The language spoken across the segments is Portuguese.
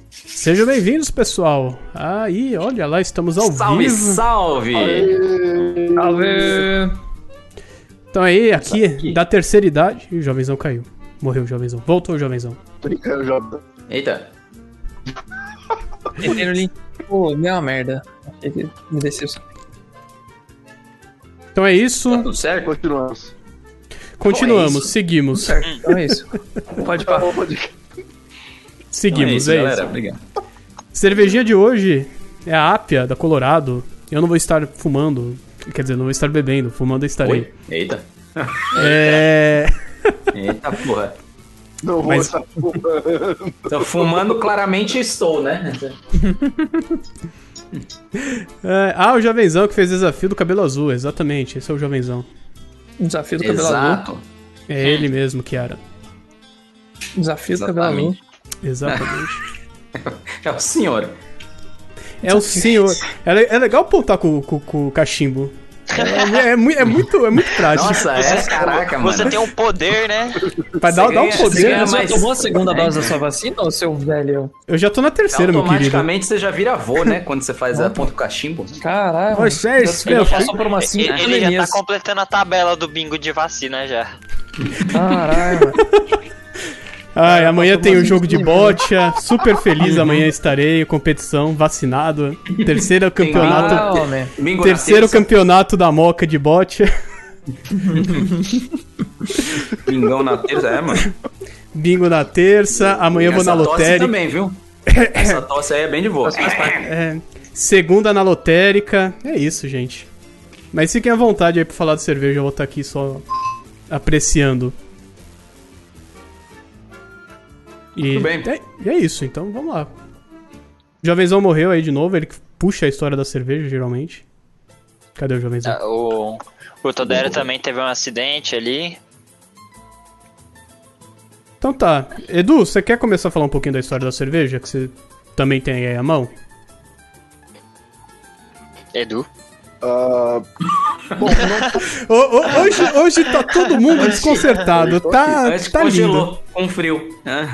Sejam bem-vindos, pessoal. Aí, olha lá, estamos ao salve, vivo. Salve, salve! Salve! Então aí, aqui, da terceira idade... Ih, o jovenzão caiu. Morreu o jovenzão. Voltou o jovenzão. Eita. Pô, deu uma merda. Me decepcionou. Então é isso. Tá tudo certo? Continuamos, Então é isso. seguimos. Certo, então é isso. Pode parar. Seguimos, Então é isso. Galera, obrigado. Cervejinha de hoje é a Ápia, da Colorado. Eu não vou estar fumando, quer dizer, não vou estar bebendo. Fumando eu estarei. Oi? Eita. Eita porra. Não vou Mas- estar fumando. Tô fumando, claramente estou, né? O jovenzão que fez desafio do cabelo azul, exatamente. Esse é o jovenzão. Desafio do cabelo azul. Exato. É ele mesmo, Kiara. Desafio do cabelo azul. Exatamente. É o senhor. É o senhor. É legal apontar com o cachimbo. É muito prático. Nossa, caraca, mano. Você tem um poder, né? Vai dar um Você poder, ganha né? Você mais- tomou a segunda dose da sua vacina ou seu velho? Eu já tô na terceira, meu querido. Automaticamente você já vira avô, né? Quando você faz a ponta com cachimbo. Caralho. Vocês, ele meu já passou filho. por uma Ele já tá completando a tabela do bingo de vacina já. Caralho, mano. Ai, amanhã tem o jogo de Sim, bocha. Super feliz, amanhã estarei. Competição, vacinado. Terceiro campeonato. Ah, homem. Bingo Terceiro na terça, campeonato da Moca de bocha. Bingão na terça, mano. Bingo na terça. Amanhã eu vou na Essa tosse lotérica. também, viu? Essa tosse aí é bem de boa. Segunda na lotérica. É isso, gente. Mas fiquem à vontade aí pra falar de cerveja. Eu vou estar aqui só apreciando. E Tudo bem. é isso, então vamos lá. O jovenzão morreu aí de novo. Ele que puxa a história da cerveja, geralmente. Cadê o jovenzão? O Todero também teve um acidente ali. Então tá. Edu, você quer começar a falar um pouquinho da história da cerveja? Que você também tem aí à mão? Edu. Bom, Hoje tá todo mundo desconcertado. Tá Antes lindo. congelou com frio. Ah,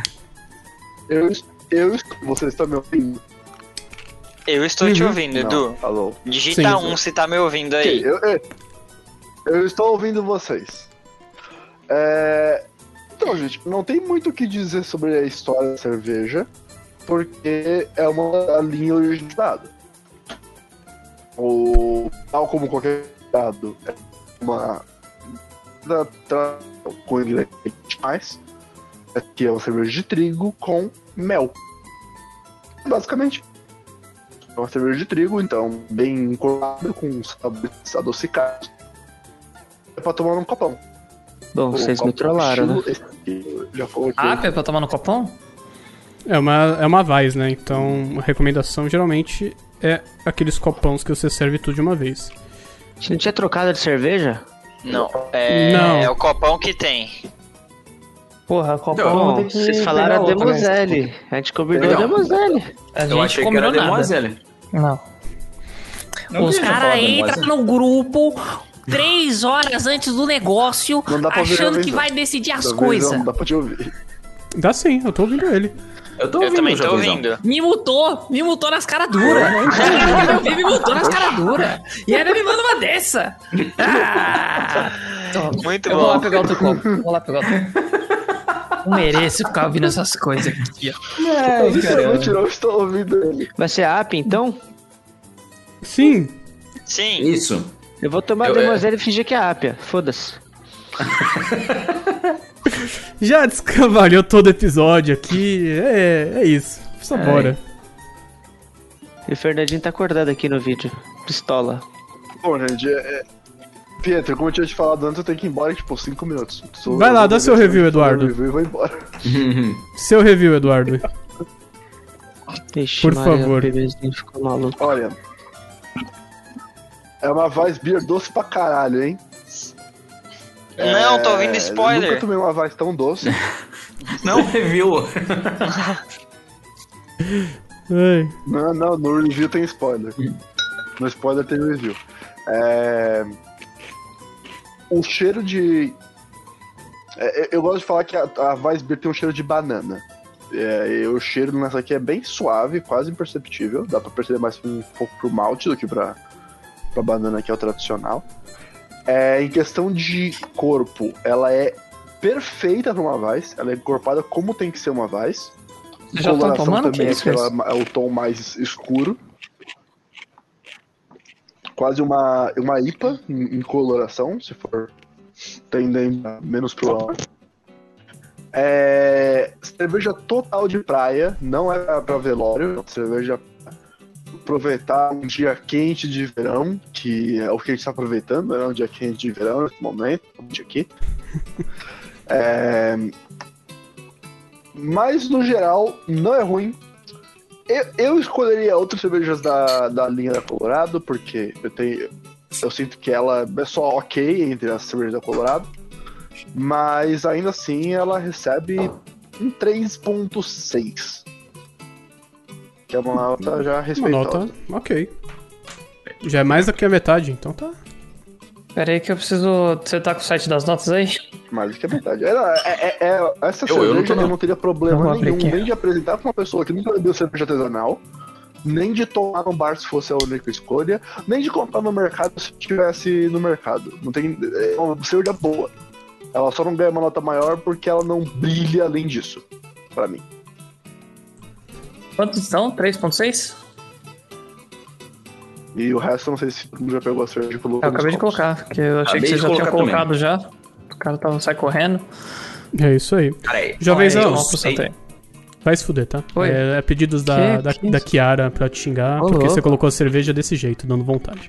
vocês estão me ouvindo? Eu estou te ouvindo, Edu. Não, alô. Digita Sim. se tá me ouvindo aí. Eu estou ouvindo vocês. Então, gente, não tem muito o que dizer sobre a história da cerveja, porque é uma linha originada. Tal como qualquer dado, é uma com ingredientes mais, que é uma cerveja de trigo com mel. Basicamente, é uma cerveja de trigo, então, bem encorpada, com sabores adocicados. É pra tomar num copão. Bom, vocês me trollaram, né? Já falou que Ápia pra tomar no copão? É uma Weiss, né? Então a recomendação geralmente é aqueles copões que você serve tudo de uma vez. A gente tinha trocado de cerveja? Não. Não. É o copão que tem. Porra, copão Bom, tem que vocês pegar falaram a outro, né? Demoiselle. A gente combinou a Legal. Demoiselle. A gente eu achei que combinou era nada. Demoiselle. Não. Os caras entram no grupo 3 horas antes do negócio, Não dá pra ouvir achando a que visão. vai decidir as Talvez coisas. Não dá pra te ouvir. Dá sim, eu tô ouvindo ele. Eu tô Eu ouvindo, também tô Jovenzão. ouvindo. Me mutou nas caras duras. Me mutou nas caras duras. E ainda me manda uma dessa. Ah, Muito Eu vou lá bom. pegar outro copo. Vou lá pegar outro copo. não mereço ficar ouvindo essas coisas aqui, ó. Eu não tirou, estou ouvindo ele. Vai ser a APA, então? Sim. Sim. Isso. Eu vou tomar a Demoiselle e fingir que é a Ápia. Foda-se. Já descavalhou todo episódio aqui. É isso. Só bora. E o Fernandinho tá acordado aqui no vídeo. Pistola. Bom, gente, Pietro, como eu tinha te falado antes, eu tenho que ir embora em, tipo, 5 minutos. Vai lá, dá seu review, Eduardo. Eu vou embora. Seu review, Eduardo. Ixi, Por Maria, favor. O bebezinho ficou maluco. Olha. É uma Weiss Beer doce pra caralho, hein? Não, tô ouvindo Nunca spoiler. tomei uma Weiss tão doce. Não review. Ai. Não, no review tem spoiler. No spoiler tem review. O cheiro de... eu gosto de falar que a Weiss Beer tem um cheiro de banana. O cheiro nessa aqui é bem suave, quase imperceptível. Dá pra perceber mais um pouco pro malte do que pra banana, que é o tradicional. Em questão de corpo, ela é perfeita pra uma Weiss. Ela é encorpada como tem que ser uma Weiss. Vocês já estão tomando? Também Que isso? é o tom mais escuro. Quase uma IPA em coloração, se for tendendo menos pro álcool. Cerveja total de praia, não é pra velório, cerveja pra aproveitar um dia quente de verão, que é o que a gente tá aproveitando, né? Um dia quente de verão nesse momento, aqui. Mas no geral, não é ruim. Eu escolheria outras cervejas da linha da Colorado, porque eu sinto que ela é só ok entre as cervejas da Colorado, mas ainda assim ela recebe um 3.6, que é uma nota já Uma respeitosa. nota, ok. Já é mais do que a metade, então tá. Pera aí que eu preciso... Você tá com o site das notas aí? Mais do que a metade. Essa Eu não cerveja tô, eu não teria Eu problema vou abrir nenhum, aqui. nem de apresentar pra uma pessoa que nunca bebeu cerveja artesanal, nem de tomar no bar se fosse a única escolha, nem de comprar no mercado se estivesse no mercado. Não tem, é uma cerveja boa. Ela só não ganha uma nota maior porque ela não brilha além disso, pra mim. Quantos são? 3.6? E o resto, eu não sei se todo mundo já pegou a cerveja e colocou Eu acabei de nos copos. colocar, porque eu achei Acabei que de vocês já tinham colocar colocado já. O cara sai correndo. É isso aí. Cara, Jovenzão, eu Vamos pro sei. sorteio. vai se fuder, tá? Oi. É pedidos da Que Kiara pra te xingar, Ô, porque você louco. colocou a cerveja desse jeito, dando vontade.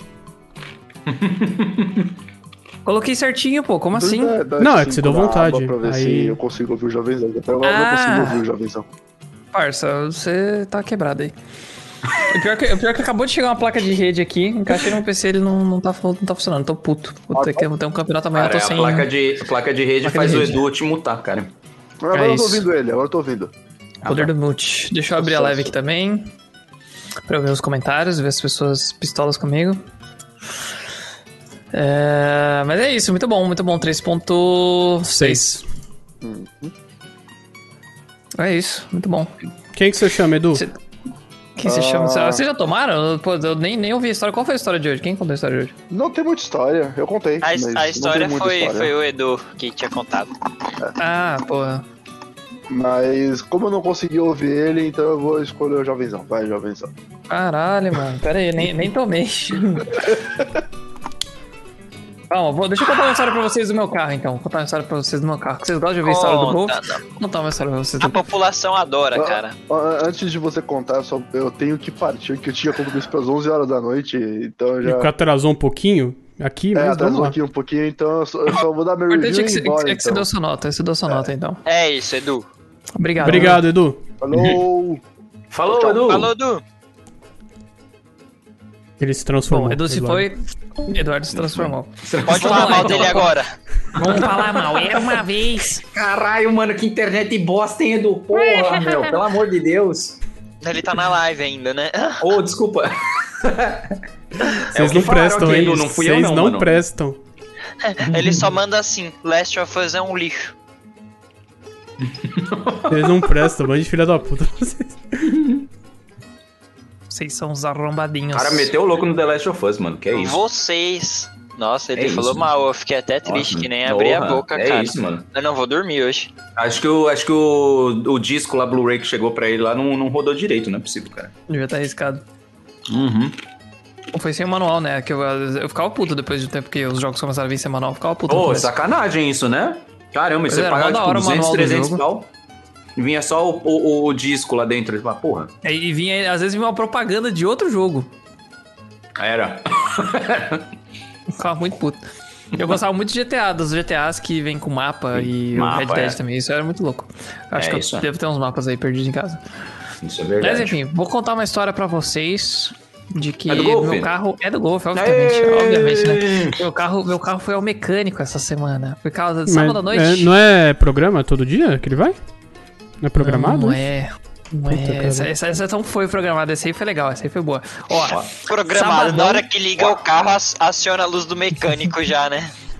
Coloquei certinho, pô. Como assim? Não, é que você deu cinco na vontade. aba Pra ver Aí- se eu consigo ouvir o Jovenzão. Até agora eu não consigo ouvir o Jovenzão. Parça, você tá quebrado aí. O pior que acabou de chegar uma placa de rede aqui, encaixei no PC, ele não tá funcionando, tô puto. Vou ter que ter um campeonato amanhã, eu Cara, tô a sem... placa de rede Placa faz de o rede. Edu te mutar, cara. Agora É eu tô isso. ouvindo ele, agora eu tô ouvindo. Poder do mute. Deixa eu abrir a live aqui também. Pra eu ver os comentários, ver as pessoas pistolas comigo. Mas é isso, muito bom, 3.6. 6. É isso, muito bom. Quem que você chama, Edu? Quem se chama? Vocês já tomaram? Pô, eu nem ouvi a história. Qual foi a história de hoje? Quem contou a história de hoje? Não tem muita história, eu contei. mas não A tem história muita foi história. o Edu que tinha contado. Ah, porra. Mas como eu não consegui ouvir ele, então eu vou escolher o Jovenzão. Vai, Jovenzão. Caralho, mano. Pera aí, nem tomei. Calma, deixa eu contar uma história pra vocês do meu carro, então. Vou contar uma história pra vocês do meu carro. Vocês gostam de ouvir a história do Golf? Conta, Vou contar uma história pra vocês A do Golf. população adora, cara. Antes de você contar, eu tenho que partir, que eu tinha compromisso para as 11 horas da noite, então eu já... Atrasou um pouquinho aqui, mas vamos atrasou lá. aqui um pouquinho, então eu só vou dar meu O importante review é que, e ir embora, é que você então. deu sua nota. Você deu sua nota, então. É isso, Edu. Obrigado. Obrigado, Edu. Falou! Falou, Tchau. Edu. Falou, Edu. Ele se transformou. Bom, Edu se Eduardo. foi, Eduardo se transformou. Pode falar mal dele agora. Vamos falar mal. Era uma vez. Caralho, mano, que internet bosta, hein, Edu? Porra, meu, pelo amor de Deus. Ele tá na live ainda, né? Ô, desculpa. Vocês o que não falaram prestam, aqui, hein? Edu, não fui eu Vocês não, não mano. prestam. Ele só manda assim: Last of Us é um lixo. Vocês não prestam, bando de filha da puta. Vocês são os arrombadinhos. O cara meteu o louco no The Last of Us, mano, que é isso. Vocês. Nossa, ele É falou isso, mal. Eu fiquei até triste Nossa, que nem abri a porra, boca, é cara. isso, mano. Eu não vou dormir hoje. Acho que o disco lá, Blu-ray, que chegou pra ele lá, não rodou direito, não é possível, cara. Devia estar arriscado. Uhum. Foi sem o manual, né? Que eu ficava puto depois de um tempo que os jogos começaram a vir sem manual. Eu ficava puto. no Ô, começo. sacanagem isso, né? Caramba, Pois você era, pagava mó da tipo hora o 200, manual do 300 jogo. pau e vinha só o disco lá dentro. Ele fala, porra, E vinha, às vezes vinha uma propaganda de outro jogo. era. Eu ficava muito puto. Eu gostava muito de GTA, dos GTAs que vem com mapa e Mapa, o Red Dead é. também. Isso era muito louco. Acho É, que isso eu é. devo ter uns mapas aí perdidos em casa. Isso é verdade. Mas enfim, vou contar uma história pra vocês de que É do Golf? meu carro é do Golf, obviamente, né? Meu carro foi ao mecânico essa semana. Foi sábado à noite. Não é programa todo dia que ele vai? Não é programado? Não é. Não Puta, é. cara. Essa não foi programada. Essa aí foi legal, essa aí foi boa. Ó, Programado. Sabadão. Na hora que liga o carro, aciona a luz do mecânico já, né?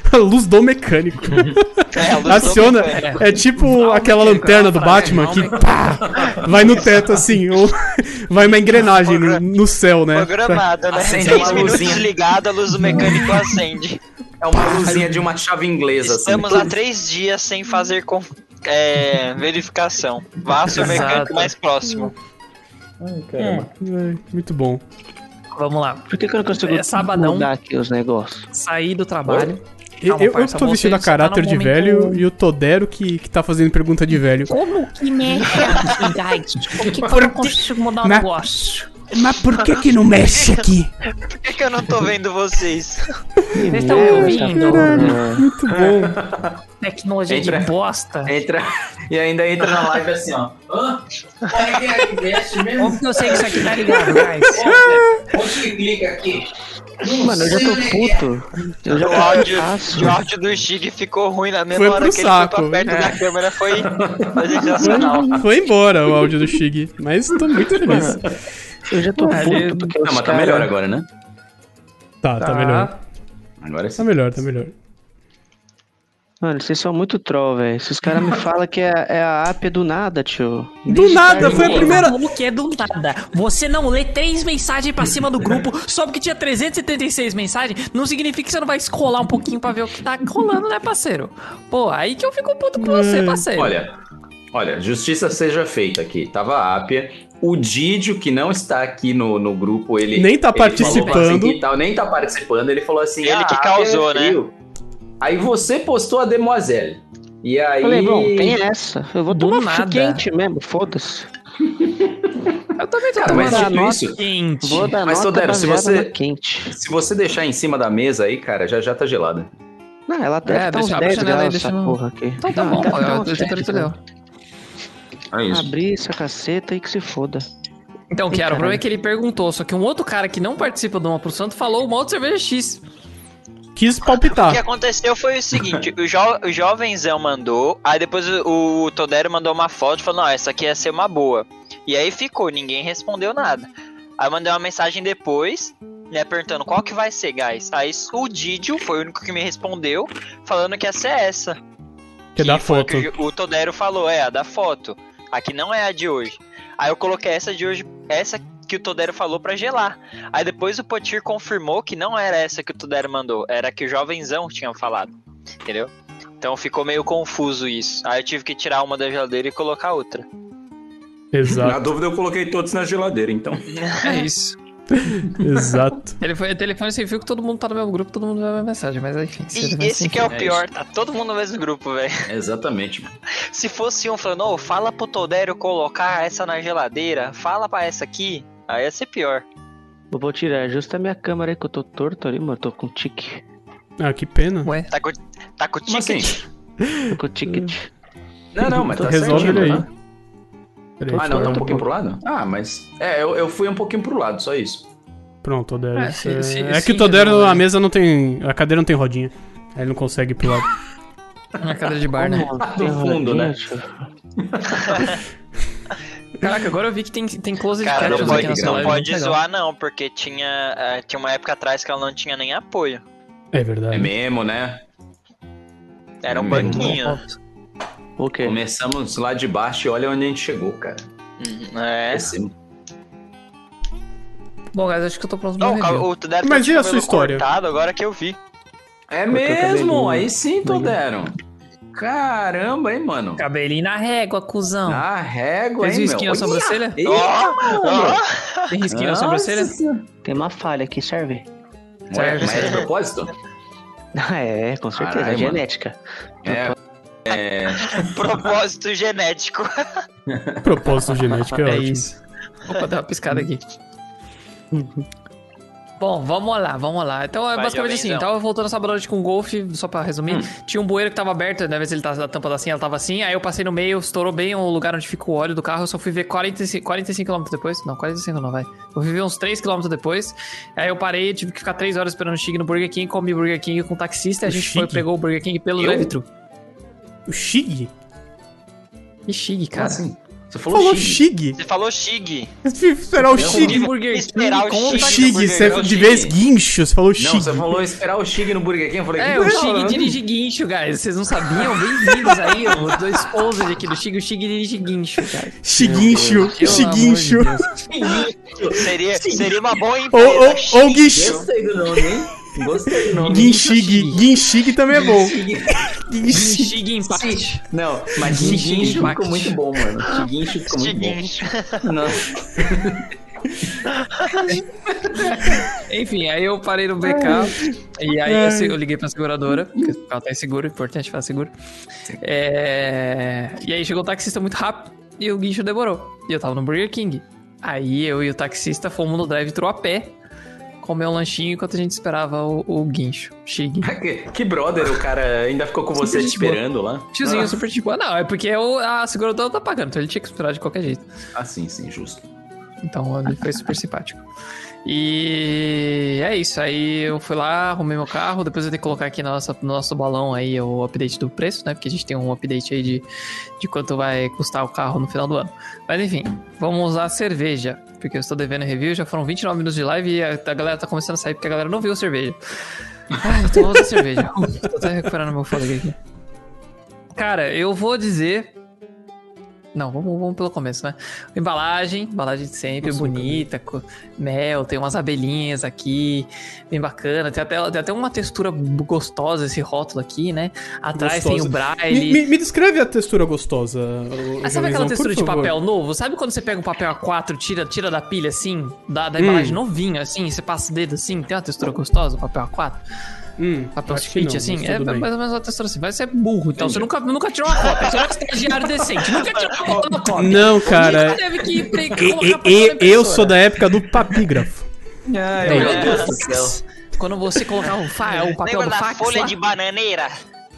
A luz do mecânico. É, a luz Aciona. do mecânico. É tipo aquela lanterna do Batman que pá, vai no teto assim, ou vai uma engrenagem no céu, né? Programada, né? Acende 3 uma minutos luzinha. ligada, a luz do mecânico acende. É uma luzinha de uma chave inglesa, Estamos assim. há 3 dias sem fazer verificação. Vá ao seu Exato. mecânico mais próximo. Ai, muito bom. Vamos lá. Por que eu não consigo É sabadão. mudar aqui os negócios? Sair do trabalho. Eu parça, tô vestido a você tá caráter no de momento- velho e o Todero que tá fazendo pergunta de velho. Como que mexe aqui, guys? Por que eu não consigo mudar o Na- negócio? Mas por que não mexe aqui? Por que eu não tô vendo vocês? Vocês estão me ouvindo? Muito bom. Tecnologia de Entra. bosta. Entra e ainda entra na live assim, ó. Hã? Quem é que mexe mesmo? Como que eu sei que isso aqui tá ligado, guys? Onde que clica aqui? Mano, eu já tô puto. Eu já O tô áudio do Stig ficou ruim na mesma Foi hora pro que saco. ele foi pra perto da câmera. Foi sensacional. Foi embora o áudio do Shig, mas tô muito feliz. Eu já tô puto porque os Não, mas tá cara- melhor agora, né? Tá melhor. Agora sim. Tá melhor. Mano, vocês são muito troll, velho. Se os caras me falam que é a app do nada, tio. Do nada, foi a primeira. Como que é do nada? Você não lê 3 mensagens pra cima do grupo só porque tinha 336 mensagens, não significa que você não vai escolar um pouquinho pra ver o que tá rolando, né, parceiro? Pô, aí que eu fico puto com você, parceiro. Olha, justiça seja feita aqui. Tava a Ápia. O Didio, que não está aqui no grupo, ele... Nem tá ele falou participando. assim que tal, nem tá participando. Ele falou assim... Ele que a Ápia causou, é frio. Aí você postou a Demoiselle. E aí... Falei, bom, tem essa. Eu vou Do tomar nada. quente mesmo, foda-se. Eu também tô Cara, mas Vou dar tipo nota. isso... Quente. Vou dar Mas, nota Todero, se baseada você- no quente. Se você deixar em cima da mesa aí, cara, já tá gelada. Não, ela deve estar uns deixa- abre a 10 janela aí, graus deixa essa no- porra aqui. Então tá Não, bom, deve pô. tá Eu uns tô 10 entendendo. É isso. Abrir essa caceta e que se foda. Então, Kiara, o caralho. problema é que ele perguntou, só que um outro cara que não participa do Uma pro Santo falou uma outra cerveja X. Quis O que palpitar. aconteceu foi o seguinte, o jovenzão mandou, aí depois o Todero mandou uma foto e falou, não, essa aqui ia ser uma boa. E aí ficou, ninguém respondeu nada. Aí eu mandei uma mensagem depois, né, perguntando qual que vai ser, guys. Aí o Didio foi o único que me respondeu, falando que ia ser essa. Que é da foi foto. o que o Todero falou, a da foto. Aqui não é a de hoje. Aí eu coloquei essa de hoje, essa que o Todero falou pra gelar. Aí depois o Potir confirmou que não era essa que o Todero mandou, era a que o jovenzão tinha falado, entendeu? Então ficou meio confuso isso. Aí eu tive que tirar uma da geladeira e colocar outra. Na Exato, dúvida eu coloquei todos na geladeira, então. É isso. exato. Telefone sem fio que todo mundo tá no mesmo grupo, todo mundo vai ver a mensagem, mas enfim. E esse que é o É pior, tá todo mundo no mesmo grupo, velho. Exatamente, mano. Se fosse um falando, ô, fala pro Todero colocar essa na geladeira, fala pra essa aqui, aí ia ser pior. Eu vou tirar justo a minha câmera aí que eu tô torto ali, mano. Tô com tique. Ah, que pena. Ué, Tá com Como assim? ticket? Tô com ticket. Não, mas tá Resolve certinho, ele aí. tá? Peraí. Ah, não, tá um pouquinho pro lado? Ah, mas... eu fui um pouquinho pro lado, só isso. Pronto, Todero. É, Isso sim, é sim, que o Todero, resolve. a mesa não tem... A cadeira não tem rodinha. Aí ele não consegue ir pro lado. na cadeira de bar, né? No fundo, né? Caraca, agora eu vi que tem close de Cara, não captions pode- aqui na sua não live. Pode muito legal. zoar não, porque tinha uma época atrás que ela não tinha nem apoio. É É verdade. mesmo, né? Era um Mesmo. banquinho. O quê? Começamos lá de baixo e olha onde a gente chegou, cara. É. Péssimo. Bom, guys, acho que eu tô pronto pra Não, review. o Todero Mas tá e de a sua cabelo história? cortado, agora que eu vi. É Cortou o mesmo, cabelinho. aí sim, Todero. Caramba, hein, mano. Cabelinho na régua, cuzão. Na régua, Fez hein, risquinho meu. na sobrancelha? Eita, Ó, mano. Tem risquinho na Nossa sobrancelha? Senhora. Tem uma falha aqui, serve? Ué, mas é de propósito? É, com certeza. Caralho, mano. Genética. propósito genético. Propósito genético é, É ótimo. isso. Opa, deu uma piscada aqui. Bom, vamos lá. Então é Vai, basicamente assim, jovenzão. tava voltando essa noite com o Golf, só pra resumir. Tinha um bueiro que tava aberto, né? Ver se ele tá, a tampa tá assim, ela tava assim. Aí eu passei no meio, estourou bem o lugar onde fica o óleo do carro. Eu só fui ver 45 km depois. Não, 45 não, vai. Eu fui ver uns 3 km depois. Aí eu parei, tive que ficar 3 horas esperando o Chig no Burger King. Comi Burger King com o taxista. E a O gente foi, Chig? pegou o Burger King pelo Eu? drive-thru. O Shig? Que Chig, Como cara. assim? Você falou Shig. Você falou Shig. Esperar o Shig. Esperar o O Shig. Shig, você de vez guincho, você falou Shig. Não, você falou esperar o Shig no Burger King. Eu falei, O Shig dirige guincho, guys. Vocês não sabiam? Bem-vindos aí, os dois esposos aqui do Shig. O Shig dirige guincho, cara. Shiguincho, Shiguincho. Seria uma boa Ou Guincho. Gostei do nome, hein? Gostei do nome. Guinchig também é bom. Shig empate. Não, mas Shiguincho ficou muito bom, mano. Shiguincho ficou muito bom. Nossa. Enfim, aí eu parei no BK e aí eu liguei pra seguradora, porque o carro tá inseguro, importante falar seguro. E aí chegou o taxista muito rápido e o guincho demorou. E eu tava no Burger King. Aí eu e o taxista fomos no drive-thru a pé comer um lanchinho enquanto a gente esperava o guincho, Shig. Que brother, o cara ainda ficou com você te esperando lá? Tiozinho, super tipo, não, é porque a seguradora tá pagando, então ele tinha que esperar de qualquer jeito. Ah, sim, justo. Então ele foi super simpático. E é isso, aí eu fui lá, arrumei meu carro, depois eu tenho que colocar aqui no nosso balão aí o update do preço, né? Porque a gente tem um update aí de quanto vai custar o carro no final do ano. Mas enfim, vamos usar a cerveja, porque eu estou devendo review, já foram 29 minutos de live e a galera tá começando a sair porque a galera não viu a cerveja. Então vamos usar a cerveja. Tô até recuperando meu fôlego aqui. Cara, eu vou dizer... Não, vamos pelo começo, né? Embalagem de sempre, bonita, mel, tem umas abelhinhas aqui, bem bacana, tem até uma textura gostosa esse rótulo aqui, né? Atrás gostosa. Tem o braille. Me descreve a textura gostosa. Sabe aquela textura de papel novo? Sabe quando você pega um papel A4, tira da pilha assim, da embalagem novinha assim, você passa o dedo assim, tem uma textura gostosa, o papel A4? Papel sulfite, assim, é mais ou menos uma textura assim. Vai ser burro, então. Você nunca tirou uma cópia. Você não é estagiário decente. Nunca tirou uma cópia. Não, cara. Eu sou da época do papígrafo. Ai, meu Deus do céu. Quando você colocar o papel do fax folha de bananeira.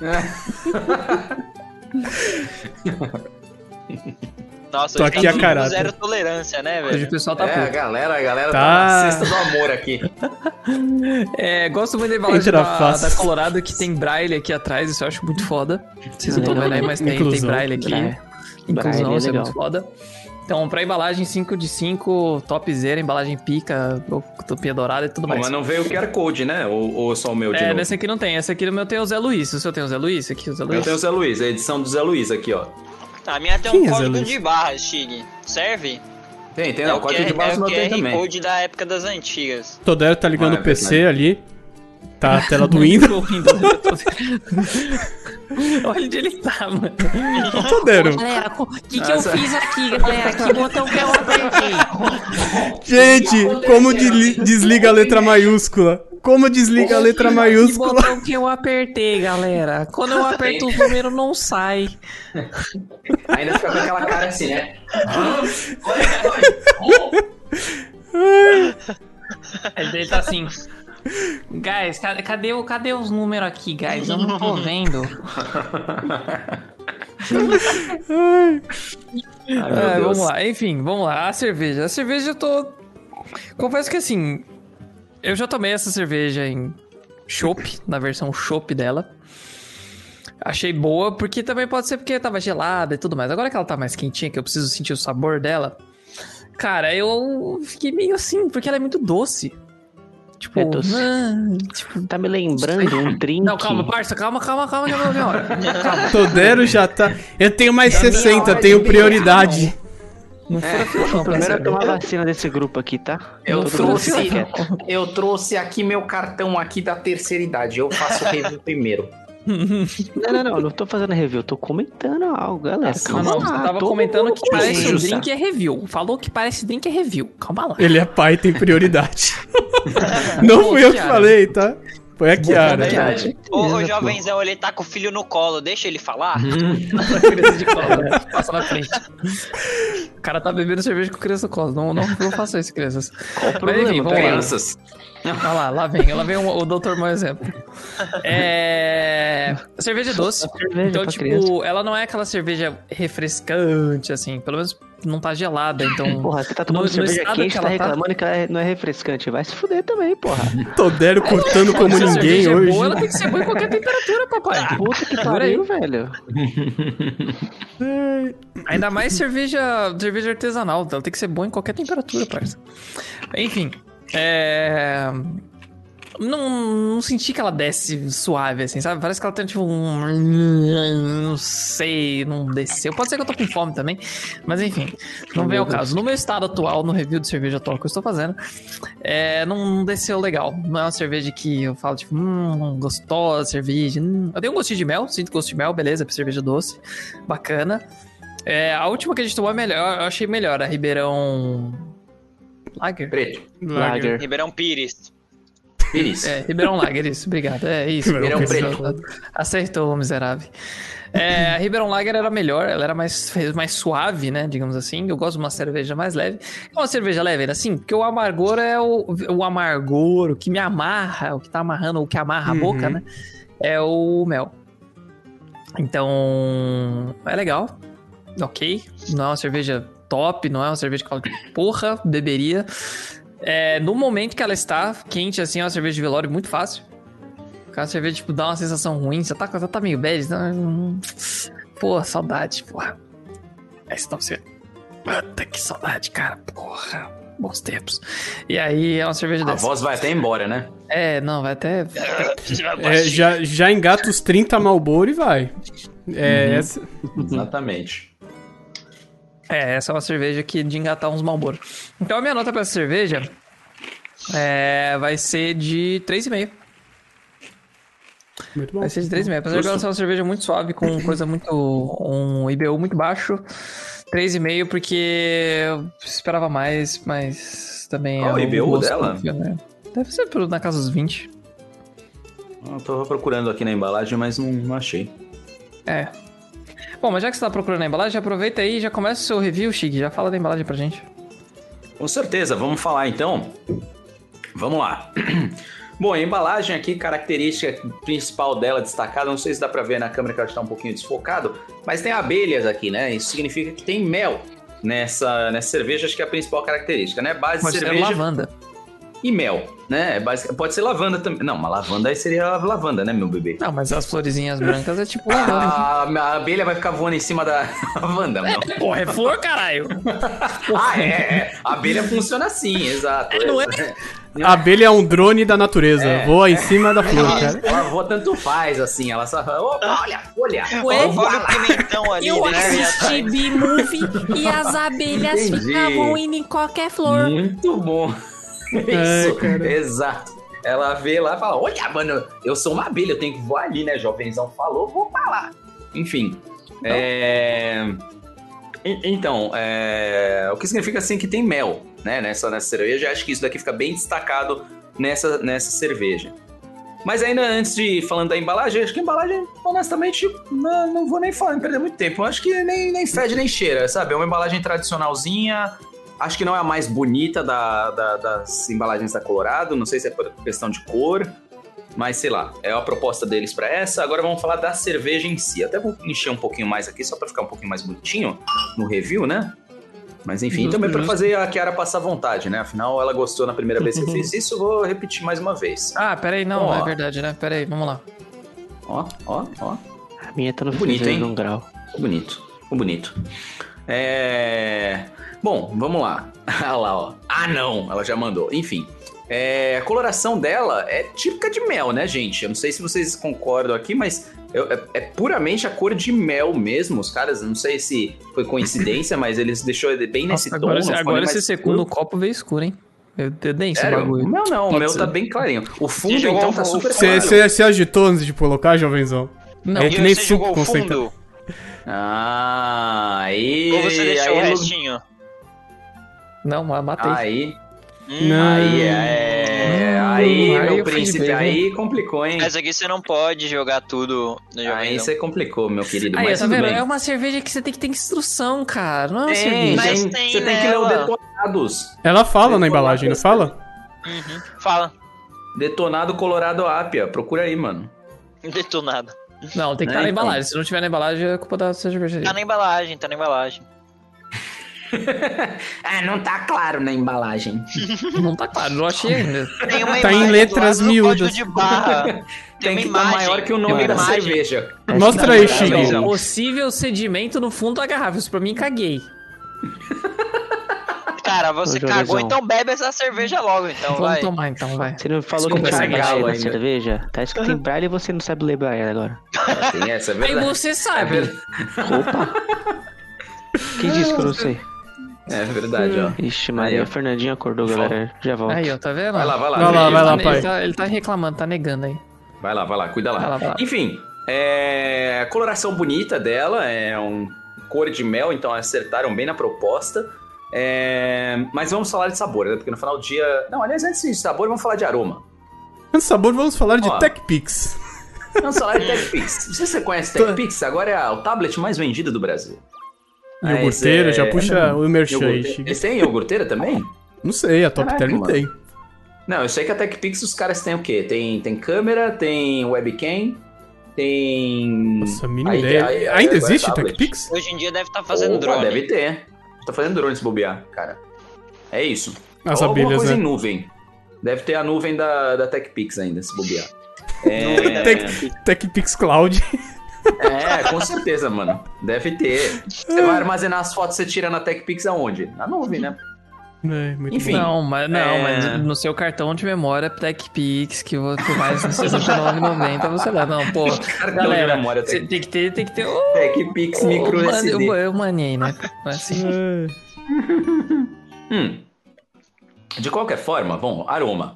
Nossa, tô aqui a caráter. Zero tolerância, né, velho? Hoje o pessoal tá puto. A galera tá na cesta do amor aqui. Gosto muito da embalagem da Colorado, que tem braille aqui atrás, isso eu acho muito foda. Vocês não estão vendo aí, mas tem braille aqui. Inclusão, isso é muito foda. Então, pra embalagem 5 de 5, topzera, embalagem pica, topinha dourada e tudo mais. Mas não veio o QR Code, né? Ou só o meu de novo? Nesse aqui não tem. Esse aqui no meu tem o Zé Luiz. O seu tem o Zé Luiz? Aqui, o Zé Luiz? Eu tenho o Zé Luiz, a edição do Zé Luiz aqui, ó. A minha tem um código de barras, Shig. Serve? Tem, o código de barras não tem também. É o código da época das antigas. Todero tá ligando o PC ali. Tá a tela do Windows. Olha onde ele tá, mano. Todero. Galera, o que eu fiz aqui, galera? Que botão que eu apertei? Gente, como desliga a letra maiúscula? Como desliga a letra maiúscula? Que botão que eu apertei, galera? Quando eu aperto o número, não sai. Ainda fica com aquela cara assim, né? Ele tá assim... Guys, cadê os números aqui, guys? Eu não tô vendo. Vamos lá, enfim, vamos lá. A cerveja eu tô... Confesso que assim, eu já tomei essa cerveja em chopp, na versão chopp dela. Achei boa, porque também pode ser porque tava gelada e tudo mais. Agora que ela tá mais quentinha, que eu preciso sentir o sabor dela, cara, eu fiquei meio assim, porque ela é muito doce. Tipo, tá me lembrando um drink. Não, calma, parça, calma, que é a minha hora. Calma. Todero já tá... Eu tenho mais 60, tenho prioridade. Não fura fila não, primeiro eu tomar vacina desse grupo aqui, tá? Eu trouxe aqui meu cartão aqui da terceira idade. Eu faço o review primeiro. Não tô fazendo review, eu tô comentando algo, galera. Calma lá, você tava comentando que parece um drink é review. Falou que parece drink é review, calma lá. Ele é pai, tem prioridade. Não fui eu que falei, tá? Foi a Kiara. O jovenzão, ele tá com o filho no colo, deixa ele falar? Criança de colo, passa na frente. O cara tá bebendo cerveja com criança no colo, não faça isso, crianças. Mas enfim, vamos crianças. Olha lá vem o doutor mau exemplo. Cerveja doce. Então, tipo, ela não é aquela cerveja refrescante, assim. Pelo menos não tá gelada, então... Porra, você tá tomando cerveja estado quente que e tá ela reclamando que ela não é refrescante. Vai se fuder também, porra. Todero cortando como Se a ninguém cerveja é hoje. boa, ela tem que ser boa em qualquer temperatura, papai. Puta que Segura aí. pariu, velho. Ainda mais cerveja artesanal. Ela tem que ser boa em qualquer temperatura, parça. Enfim, Não senti que ela desce suave, assim, sabe? Parece que ela tem, tipo, não sei, não desceu. Pode ser que eu tô com fome também, mas enfim, não vem ao caso. No meu estado atual, no review de cerveja atual que eu estou fazendo, não desceu legal. Não é uma cerveja que eu falo, tipo, gostosa cerveja. Eu tenho um gostinho de mel, sinto gosto de mel, beleza, pra cerveja doce, bacana. A última que a gente tomou é melhor, eu achei melhor, a Ribeirão... Lager? Preto. Lager. Ribeirão Pires. Pires. Ribeirão Lager, isso, obrigado. É isso. Ribeirão Preto. Acertou, miserável. A Ribeirão Lager era melhor, ela era mais suave, né, digamos assim. Eu gosto de uma cerveja mais leve. É uma cerveja leve, assim, porque o amargor é o amargor, o que me amarra, o que tá amarrando, o que amarra a boca, né, é o mel. Então, é legal, ok. Não é uma cerveja top, não é uma cerveja que fala, porra, beberia. No momento que ela está quente, assim, é uma cerveja de velório muito fácil. Aquela cerveja, tipo, dá uma sensação ruim. Você tá meio bad. Pô, saudade, porra. Então você... Puta, que saudade, cara. Porra, bons tempos. E aí é uma cerveja A dessa. voz vai até embora, né? Não, vai até... Já engata os 30 Marlboro e vai. Essa... Exatamente. Essa é uma cerveja que de engatar uns Marlboro. Então a minha nota pra essa cerveja vai ser de 3,5. Muito bom. Vai ser de 3,5. Apesar de ela ser uma cerveja muito suave, com coisa muito... um IBU muito baixo. 3,5 porque eu esperava mais, mas também... Qual o IBU dela? Né? Deve ser na casa dos 20. Eu tô procurando aqui na embalagem, mas não achei. Bom, mas já que você tá procurando a embalagem, aproveita aí e já começa o seu review, Chique. Já fala da embalagem pra gente. Com certeza, vamos falar então. Vamos lá. Bom, a embalagem aqui, característica principal dela destacada, não sei se dá pra ver na câmera que ela está um pouquinho desfocado, mas tem abelhas aqui, né? Isso significa que tem mel nessa cerveja, acho que é a principal característica, né? Base de cerveja lavanda. E mel, né? Pode ser lavanda também. Não, uma lavanda aí seria lavanda, né, meu bebê? Não, mas as florezinhas brancas é tipo lavanda. A abelha vai ficar voando em cima da lavanda, não. Porra, é flor, caralho. A abelha funciona assim, exato. Não é? A abelha é um drone da natureza. Voa em cima da flor, cara. Ela voa tanto faz, assim. Ela só... Opa, olha. Olha o pimentão ali. Eu né? assisti B-Movie e as abelhas Entendi. ficavam indo em qualquer flor. Muito bom. Isso, exato. Ela vê lá e fala, olha, mano, eu sou uma abelha, eu tenho que voar ali, né? Jovenzão falou, vou pra lá. Enfim. Então, o que significa assim que tem mel, né? Nessa cerveja. Acho que isso daqui fica bem destacado nessa cerveja. Mas ainda antes de falando da embalagem, acho que a embalagem, honestamente, não vou nem falar, perder muito tempo. Eu acho que nem fede nem cheira, sabe? É uma embalagem tradicionalzinha. Acho que não é a mais bonita das embalagens da Colorado. Não sei se é por questão de cor, mas sei lá. É a proposta deles pra essa. Agora vamos falar da cerveja em si. Até vou encher um pouquinho mais aqui, só pra ficar um pouquinho mais bonitinho no review, né? Mas enfim, também pra fazer a Kiara passar vontade, né? Afinal, ela gostou na primeira vez que eu fiz isso, eu vou repetir mais uma vez. Peraí, não é verdade, né? Peraí, vamos lá. Ó. A minha tá no Bonito, freezer hein? num grau. Ficou bonito. Bom, vamos lá. Olha lá, ó. Não, ela já mandou. Enfim, a coloração dela é típica de mel, né, gente? Eu não sei se vocês concordam aqui, mas é puramente a cor de mel mesmo. Os caras, não sei se foi coincidência, mas eles deixou bem nesse tom. Agora esse segundo copo veio escuro, hein? Eu dei esse bagulho. O meu não, o meu tá bem clarinho. O fundo, então, tá super claro. Você agitou antes de colocar, jovenzão? Não, é que nem você suco jogou o concentrado. fundo? Aí... Ou você deixou aí, o restinho? Não, matei. Aí... Não. Aí, aí meu eu príncipe, fui de vez, aí complicou, hein? Mas aqui você não pode jogar tudo no jogo. Aí você complicou, meu querido, Aí, mas tá tudo vendo? bem. É uma cerveja que você tem que ter instrução, cara. Não é uma Tem, cerveja. Mas você tem tem que ler o nela. Detonados. Ela fala na embalagem, não fala? Fala. Detonado Colorado Ápia. Procura aí, mano. Detonado. Não, tem que estar na embalagem. Se não tiver na embalagem, é culpa da cerveja. Tá na embalagem, tá na embalagem. Ah, não tá claro na embalagem. Não tá claro, não achei ainda. Tem uma Tá em imagem letras do lado do código miúdas. de barra. Tem uma que estar imagem, maior que o nome tem da uma imagem. cerveja. Mostra aí, Tá Chig. legal. Possível sedimento no fundo da garrafa. Isso pra mim, caguei. Cara, você Ô, cagou, Jovenzão. então bebe essa cerveja logo, então, Vamos vai. tomar então, vai. Você não falou Desculpa, que tinha esse galo braille na ainda. cerveja? Tá escrito em braille e você não sabe ler braille agora. Tem essa, é Aí verdade. você sabe. Opa! Quem disse que eu não sei? É verdade, ó. Ixi, Maria, Aí, ó. Fernandinho acordou, galera. Já volto. Aí, ó, tá vendo? Vai lá, vai lá. Vai lá, vai lá, Ele pai. tá, ele tá reclamando, tá negando aí. Vai lá, cuida lá. Vai lá, vai lá. Enfim, coloração bonita dela, é um cor de mel, então acertaram bem na proposta. Mas vamos falar de sabor, né? Porque no final do dia... Não, aliás, antes de sabor, vamos falar de aroma. Antes do sabor, vamos falar de Ó. TechPix. Vamos falar de TechPix. Não sei se você conhece TechPix, agora é o tablet mais vendido do Brasil. Mas, Iogurteira, já puxa o merchan aí, iogurteira. Chig. Eles têm iogurteira também? Não sei, a Top Caraca, Term mano. tem. Não, eu sei que a TechPix os caras têm o quê? Tem câmera, tem webcam, tem... Nossa, a mínima Aí- ideia. aí- Ainda agora é existe tablet. TechPix? Hoje em dia deve estar fazendo Opa, drone. deve ter. Tá fazendo drone se bobear, cara. É isso. As Ou alguma abelhas, coisa né? em nuvem. Deve ter a nuvem da TechPix ainda, se bobear. TechPix Cloud. Com certeza, mano. Deve ter. Você vai armazenar as fotos que você tira na TechPix aonde? Na nuvem, né? É, muito Enfim. Não, mas no seu cartão de memória TechPix, que por mais R$ 69,90 você leva. Não, pô, Cartão galera, de memória você tem que ter o... TechPix micro SD. Eu manei, né? Assim, De qualquer forma, bom, aroma.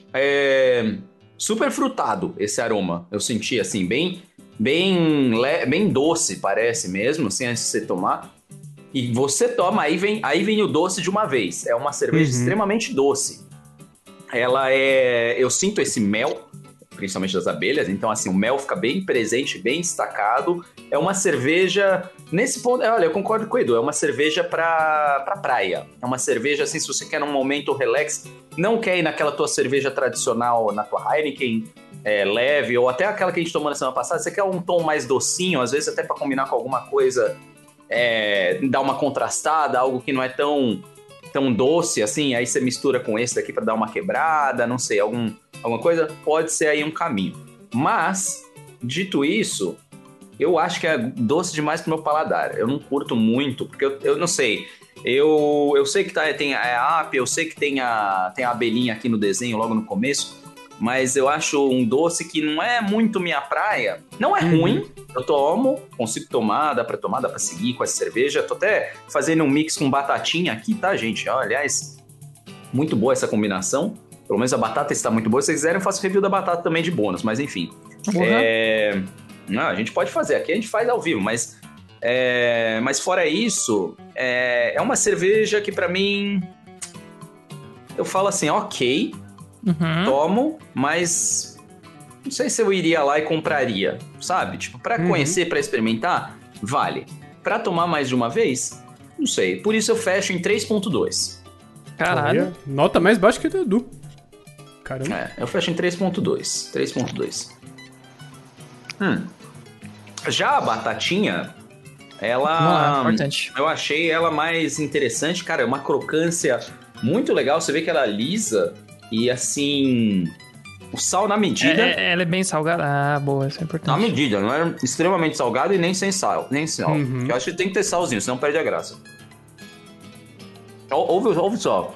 Super frutado esse aroma. Eu senti assim, bem doce, parece mesmo, assim, antes de você tomar. E você toma, aí vem o doce de uma vez. É uma cerveja extremamente doce. Ela eu sinto esse mel, principalmente das abelhas, então assim, o mel fica bem presente, bem destacado. É uma cerveja, nesse ponto, olha, eu concordo com o Edu, é uma cerveja pra praia. É uma cerveja, assim, se você quer num momento relax, não quer ir naquela tua cerveja tradicional, na tua Heineken, leve, ou até aquela que a gente tomou na semana passada, você quer um tom mais docinho, às vezes até pra combinar com alguma coisa, dar uma contrastada, algo que não é tão doce, assim, aí você mistura com esse daqui pra dar uma quebrada, não sei, alguma coisa, pode ser aí um caminho. Mas, dito isso, eu acho que é doce demais pro meu paladar. Eu não curto muito, porque eu não sei. Eu sei que tem a app, eu sei que tem a abelhinha aqui no desenho, logo no começo, mas eu acho um doce que não é muito minha praia. Não é ruim, eu tomo, consigo tomar, dá pra seguir com essa cerveja. Tô até fazendo um mix com batatinha aqui, tá, gente? Aliás, muito boa essa combinação. Pelo menos a batata está muito boa. Se vocês quiserem, eu faço review da batata também de bônus, mas enfim. Não, a gente pode fazer, aqui a gente faz ao vivo, mas fora isso, é uma cerveja que pra mim, eu falo assim, ok, tomo, mas não sei se eu iria lá e compraria, sabe? Tipo, pra conhecer, pra experimentar, vale. Pra tomar mais de uma vez, não sei. Por isso eu fecho em 3.2. caralho. Olha, nota mais baixa que a do Edu. Caramba. Eu fecho em 3.2. 3.2. Já a batatinha, Vamos lá, ela... importante. Eu achei ela mais interessante, cara, é uma crocância muito legal, você vê que ela é lisa e assim, o sal na medida, Ela é bem salgada. Ah, boa, isso é na importante. medida, não é extremamente salgado e nem sem sal, Eu acho que tem que ter salzinho, senão perde a graça. Ouve só.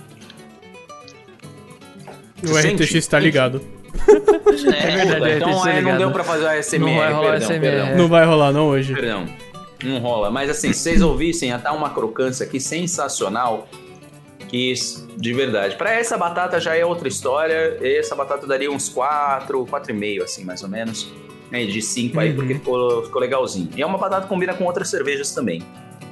O RTX tá ligado. É verdade, Então tem que ser não ligado. deu pra fazer a SMR, Não vai rolar perdão, SMR. perdão. Não vai rolar não hoje. Perdão, não rola. Mas assim, se vocês ouvissem, tá uma crocância aqui sensacional. Que de verdade. Pra essa batata já é outra história. Essa batata daria uns 4,5 assim, mais ou menos. De 5 aí, porque ficou legalzinho. E é uma batata que combina com outras cervejas também.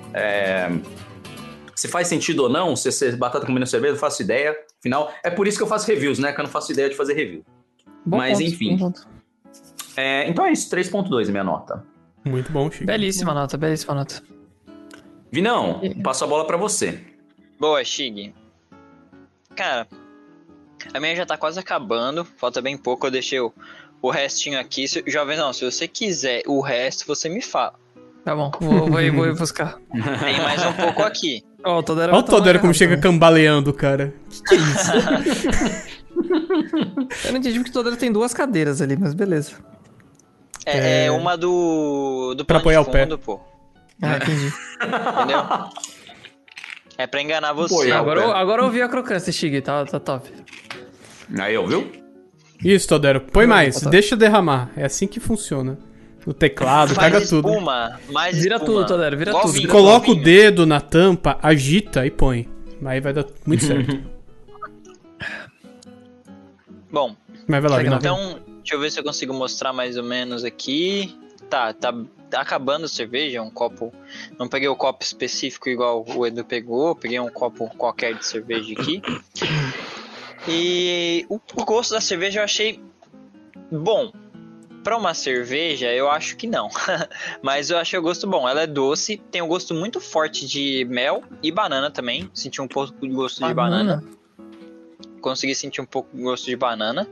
Se faz sentido ou não, se essa batata combina com cerveja, eu faço ideia. Afinal, é por isso que eu faço reviews, né? Que eu não faço ideia de fazer review. Bom Mas ponto, enfim. bom ponto. Então é isso, 3.2 a minha nota. Muito bom, Chico. Belíssima nota, belíssima nota. Vinão, passo a bola pra você. Boa, Shig. Cara, a minha já tá quase acabando, falta bem pouco, eu deixei o restinho aqui. Jovem, não, se você quiser o resto, você me fala. Tá bom, vou ir buscar. Tem mais um pouco aqui. Ó, o Todero Olha vai o tomar Todero como errado chega também. cambaleando, cara. Que é isso? Eu não entendi porque o Todero tem 2 cadeiras ali, mas beleza. É uma do Pra plano apoiar de o pé. fundo, pô. Ah, entendi. Entendeu? É pra enganar você. Apoiar. Agora eu vi a crocância, Stig, tá top. Aí, ó, viu? Isso, Todero. Põe mais. tá. Deixa derramar. É assim que funciona. No teclado, Mais caga tudo. espuma, mais Vira espuma. tudo, Todero, vira Igual tudo. vinho, Coloca igual o vinho. dedo na tampa, agita e põe. Aí vai dar muito certo. Bom, Mas vai lá, Vina. então, deixa eu ver se eu consigo mostrar mais ou menos aqui. Tá acabando a cerveja, um copo. Não peguei o copo específico igual o Edu pegou, peguei um copo qualquer de cerveja aqui. E o gosto da cerveja eu achei bom. Pra uma cerveja, eu acho que não. Mas eu achei o gosto bom. Ela é doce, tem um gosto muito forte de mel e banana também. Senti um pouco de gosto de banana. Consegui sentir um pouco de gosto de banana.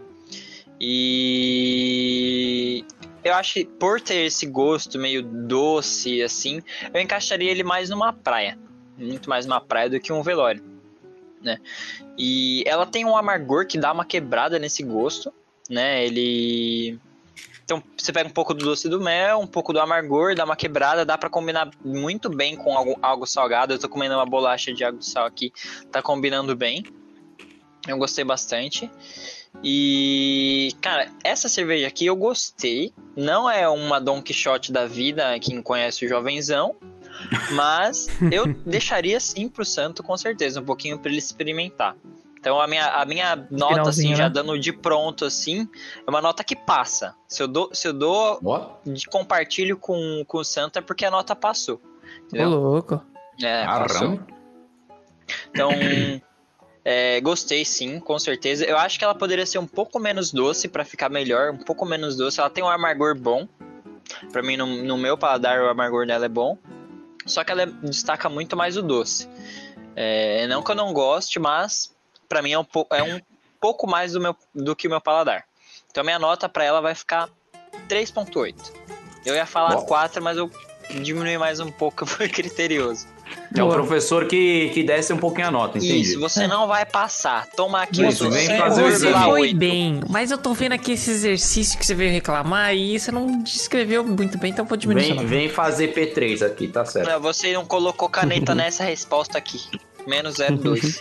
E eu acho que por ter esse gosto meio doce, assim, eu encaixaria ele mais numa praia. Muito mais numa praia do que um velório, né? E ela tem um amargor que dá uma quebrada nesse gosto, né? Então você pega um pouco do doce do mel, um pouco do amargor, dá uma quebrada, dá pra combinar muito bem com algo salgado. Eu tô comendo uma bolacha de água e sal aqui, tá combinando bem. Eu gostei bastante. E, cara, essa cerveja aqui eu gostei. Não é uma Don Quixote da vida, quem conhece o Jovenzão. Mas eu deixaria sim pro Santo, com certeza, um pouquinho pra ele experimentar. Então a minha nota, Finalzinho, assim, já né? dando de pronto, assim, é uma nota que passa. Se eu dou Ó, de compartilho com o Santo, é porque a nota passou. Ô, Entendeu? louco. Passou. caramba. Então, gostei sim, com certeza. Eu acho que ela poderia ser um pouco menos doce pra ficar melhor, um pouco menos doce. Ela tem um amargor bom. Pra mim, no meu paladar, o amargor dela é bom. Só que ela destaca muito mais o doce. Não que eu não goste, mas pra mim é um pouco mais do que o meu paladar. Então minha nota pra ela vai ficar 3.8. Eu ia falar 4, mas eu diminui mais um pouco, eu fui criterioso. É o professor que desce um pouquinho a nota, entendi. Isso, você não vai passar. Toma aqui Isso, o vem seu fazer o Você exame. foi bem, mas eu tô vendo aqui esse exercício que você veio reclamar e você não descreveu muito bem, então eu vou diminuir sua nota. Vem fazer P3 aqui, tá certo. Não, você não colocou caneta nessa resposta aqui. Menos 0,2.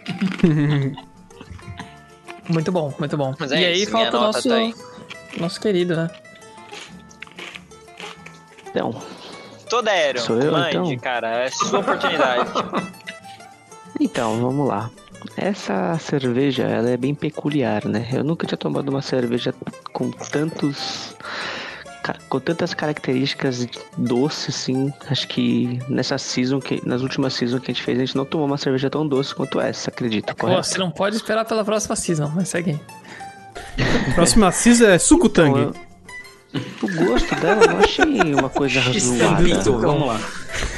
Muito bom, muito bom. Mas E é aí isso, minha falta o nota tá aí. nosso querido, né? Então, Todero, Sou eu, mande, então? cara. É sua oportunidade. então, vamos lá. Essa cerveja, ela é bem peculiar, né? Eu nunca tinha tomado uma cerveja com tantas características doces, assim. Acho que nas últimas seasons que a gente não tomou uma cerveja tão doce quanto essa, acredito, Pô, correto? você não pode esperar pela próxima season, mas segue aí. Próxima cisa é sucutang. O gosto dela eu não achei uma coisa razoável. Vitor, vamos lá.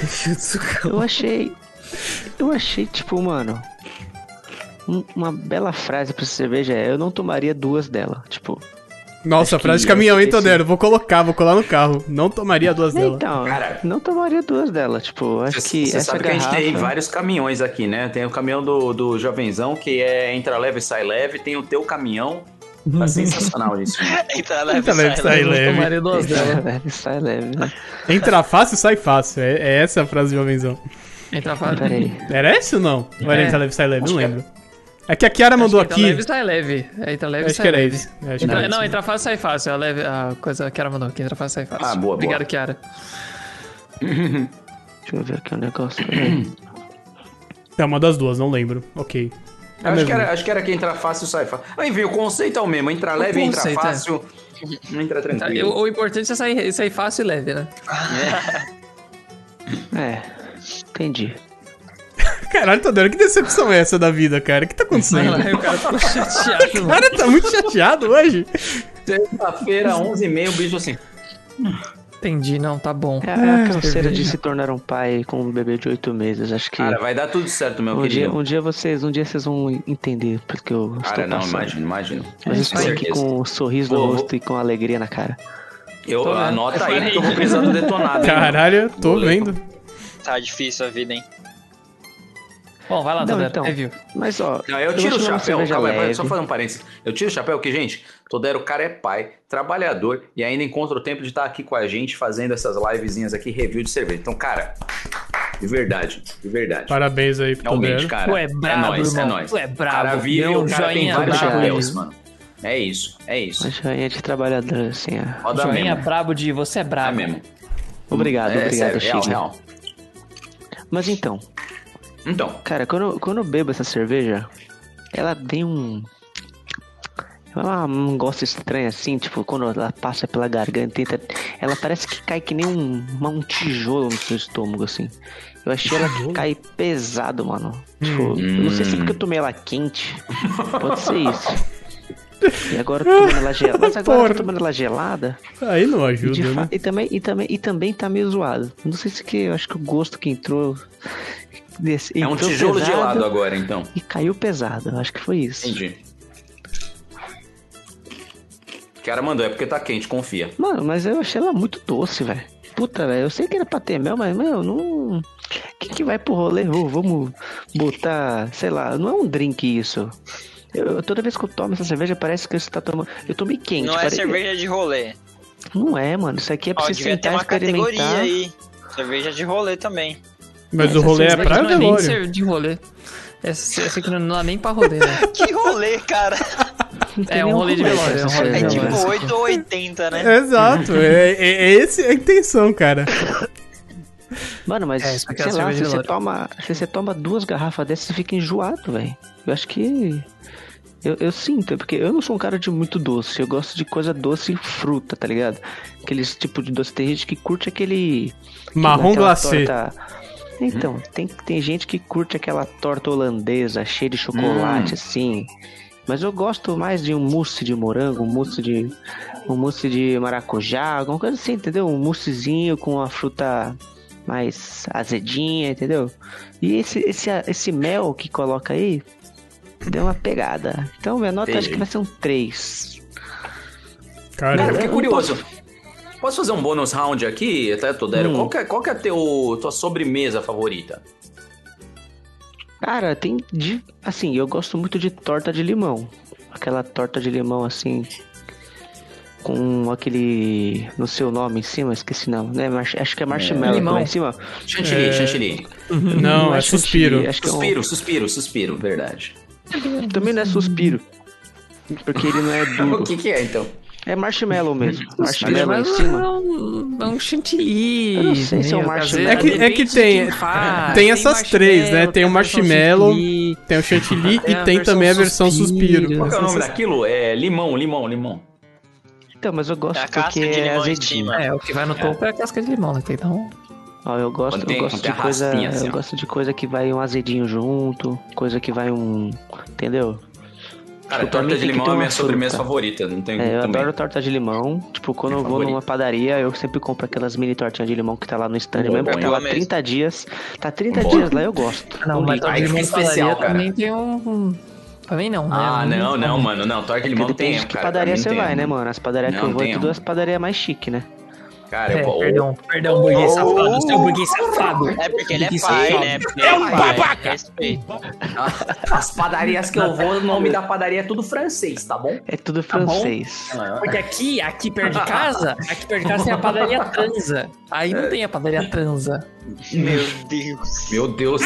Eu achei, tipo, mano, uma bela frase pra essa cerveja eu não tomaria 2 dela, tipo. Nossa, Acho frase de que caminhão, hein, esse- Todero? Vou colar no carro. Não tomaria 2 dela. Então, Cara, não tomaria 2 dela, tipo, acho que Você essa sabe que a garrafa... gente tem vários caminhões aqui, né? Tem o caminhão do Jovenzão, que é entra leve e sai leve. Tem o teu caminhão. Tá sensacional isso. Entra leve, Entra leve, sai Eu não leve. tomaria 2 dela. Sai leve, né? Entra fácil, sai fácil. É essa a frase de jovenzão. Entra fácil. Pera aí. Era esse ou não? Ou era É. entra leve, sai leve? Não Acho que é. lembro. É que a Kiara mandou Entra aqui. leve, sai leve. Entra leve, Acho sai que era leve. esse. Acho que era Não, esse. entra fácil, sai fácil. A coisa que a Kiara mandou aqui. Entra fácil, sai fácil. Ah, boa, Obrigado, boa. Kiara. Deixa eu ver aqui o negócio. Peraí. É uma das duas, não lembro. Ok. É mesmo. Acho que era que entra fácil, sai fácil. Ah, enfim, o conceito é o mesmo. Entra leve, entra conceito, fácil. Entra tranquilo. O importante é sair fácil e leve, né? Entendi. Caralho, Todero, que decepção é essa da vida, cara? O que tá acontecendo? Aí o cara ficou chateado, O mano. cara tá muito chateado hoje. Sexta-feira, 11h30, o bicho assim. Entendi, não, tá bom. É a canseira cerveja. de se tornar um pai com um bebê de 8 meses. Acho que Cara, vai dar tudo certo, meu um dia querido. vocês vão entender porque eu Cara, estou não, passando. imagino. Mas Com estou aqui certeza. com um sorriso no Vou- rosto e com alegria na cara. Eu Tô vendo. anota aí que eu vou precisar do detonado. hein? Caralho, eu tô vendo. Tá difícil a vida, hein? Bom, vai lá, Não, Todero. então. Review. Mas, ó... Não, eu tiro o gosto de uma chapéu, cerveja calma aí, leve. só fazer um parênteses. Eu tiro o chapéu porque, gente, Todero, o cara é pai, trabalhador e ainda encontra o tempo de estar aqui com a gente fazendo essas livezinhas aqui, review de cerveja. Então, cara, de verdade, de verdade. Parabéns aí pro Realmente, Todero. cara. Tu é brabo, nóis, irmão. nóis. Tu é brabo. O cara vive, Deu um o cara tem joinha vários brabo. chapéus, mano. É isso, é isso. Uma joinha de trabalhador, assim, ó. Roda Joinha mesmo. brabo de você é É brabo. mesmo. Obrigado, É, obrigado, sério, real, Chile. real. Mas então, Então, cara, quando eu bebo essa cerveja, ela tem um... um gosto estranho assim, tipo, quando ela passa pela garganta, ela parece que cai que nem um tijolo no seu estômago, assim. Eu achei ela que cai pesado, mano. Tipo, eu não sei se é porque eu tomei ela quente. Pode ser isso. E agora eu tô tomando ela gelada. Mas agora eu tô tomando ela gelada. Aí não E, de ajuda, fa- né? e também tá meio zoado. Não sei se que eu acho que o gosto que entrou. é um entrou tijolo pesado gelado agora, então. E caiu pesado. Eu acho que foi isso. Entendi. O cara mandou, é porque tá quente, confia. Mano, mas eu achei ela muito doce, velho. Puta, velho. Eu sei que era pra ter mel, mas, meu, não. Quem que vai pro rolê? Vamos botar. Sei lá, não é um drink isso. Toda vez que eu tomo essa cerveja, parece que você tá tomando. Eu tomei quente. Não é cerveja de rolê. Não é, mano. Isso aqui é pra Ó, você devia ter sentar e uma categoria experimentar. aí. Cerveja de rolê também. Mas o rolê é Cerveja pra não é nem velório. de rolê. Essa aqui não dá nem pra rolê, né? Que rolê, cara? É um rolê de velório. É um rolê de É tipo velório. 8 ou 80, né? Exato, é esse a intenção, cara. Mano, mas É, isso aqui é sei lá, cerveja se de você toma 2 garrafas dessas, você fica enjoado, velho. Eu acho que. Eu sinto, porque eu não sou um cara de muito doce. Eu gosto de coisa doce e fruta, tá ligado? Aqueles tipo de doce. Tem gente que curte aquele. Marrom aquela glacê. torta- Então, tem gente que curte aquela torta holandesa cheia de chocolate, assim. Mas eu gosto mais de um mousse de morango, um mousse de maracujá, alguma coisa assim, entendeu? Um moussezinho com uma fruta mais azedinha, entendeu? E esse mel que coloca aí deu uma pegada. Então minha nota acho que vai ser um 3. Cara, Cara, eu fiquei curioso. Posso fazer um bônus round aqui, até, Todero? Qual que é a tua sobremesa favorita? Cara, assim, eu gosto muito de torta de limão. Aquela torta de limão assim, com aquele, no seu nome em cima, esqueci não, né? Acho que é marshmallow Limão. lá em cima. Chantilly. Não, é suspiro. Acho que é Suspiro, verdade. também não é suspiro. Porque ele não é duro. O que é, então? É marshmallow mesmo. Marshmallow em Mas cima. é um chantilly. Eu não sei se é um meio marshmallow. caseiro. É que Depende tem- de quem faz. tem essas três, né? Tem o a versão marshmallow, chantilly. Tem o chantilly Tem e a tem versão também a versão suspiro. suspiro. Qual que é o nome daquilo? É limão. Então, mas eu gosto É a casca porque de é limão em azedinho. cima. É, o que vai no topo é a casca de limão, né? Então, Ó, eu gosto Tem de a coisa. raspinha, assim, Eu ó. gosto de coisa que vai um azedinho junto, coisa que vai um. Entendeu? Cara, Tipo, pra torta mim de tem que limão ter é uma minha sobremesa fruta. favorita. Não tem Eu também. adoro torta de limão. Tipo, quando eu vou Favorito. numa padaria, eu sempre compro aquelas mini tortinhas de limão que tá lá no stand, Boa, mesmo boa, porque tá lá boa 30 dias. Tá 30 Boa. dias lá, eu gosto. não, mas ligo. torta de Aí limão fica na especial, padaria cara. também tem um... Também não, né? Ah, não, mano. Não, torta de limão não tem Depende erro, de que cara. padaria Pra mim você tem vai, erro, né, mano. mano? As padarias que Não, eu vou é tem tudo erro. as padarias mais chique, né? Cara, É, eu... perdão, burguês safado, seu burguês safado. É porque ele é Burguês pai, safado. né? Porque ele é pai. Respeito. As padarias que eu vou, o nome da padaria é tudo francês, tá bom? É tudo bom? francês. Porque aqui perto de casa tem a padaria Transa. Aí não tem a padaria Transa. Meu Deus. Meu Deus.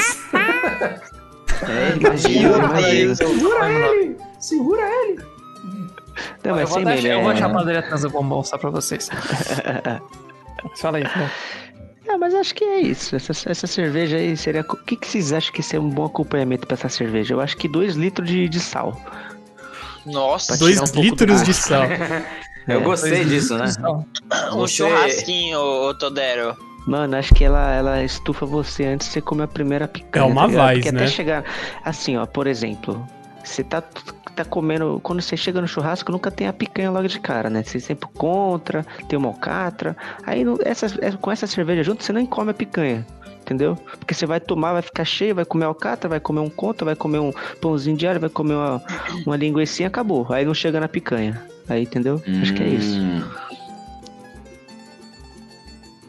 Segura ele. Não, mas sem meme, Eu vou achar a é... padaria Transa, vou mostrar pra vocês. Fala aí, fala. Mas acho que é isso. Essa cerveja aí seria... O que vocês acham que seria um bom acompanhamento pra essa cerveja? Eu acho que 2 litros de sal. Nossa. 2 tirar um pouco litros do de sal. Eu gostei disso, né? Um Você- churrasquinho, ô Todero. Mano, acho que ela estufa você antes de você comer a primeira picanha. É uma tá ligado? vaz, Porque né? até chegar... Assim, ó, por exemplo... Você tá comendo... Quando você chega no churrasco, nunca tem a picanha logo de cara, né? Você sempre contra, tem uma alcatra. Aí, com essa cerveja junto, você nem come a picanha. Entendeu? Porque você vai tomar, vai ficar cheio, vai comer alcatra, vai comer um contra, vai comer um pãozinho de alho, vai comer uma linguicinha, acabou. Aí não chega na picanha. Aí, entendeu? Acho que é isso.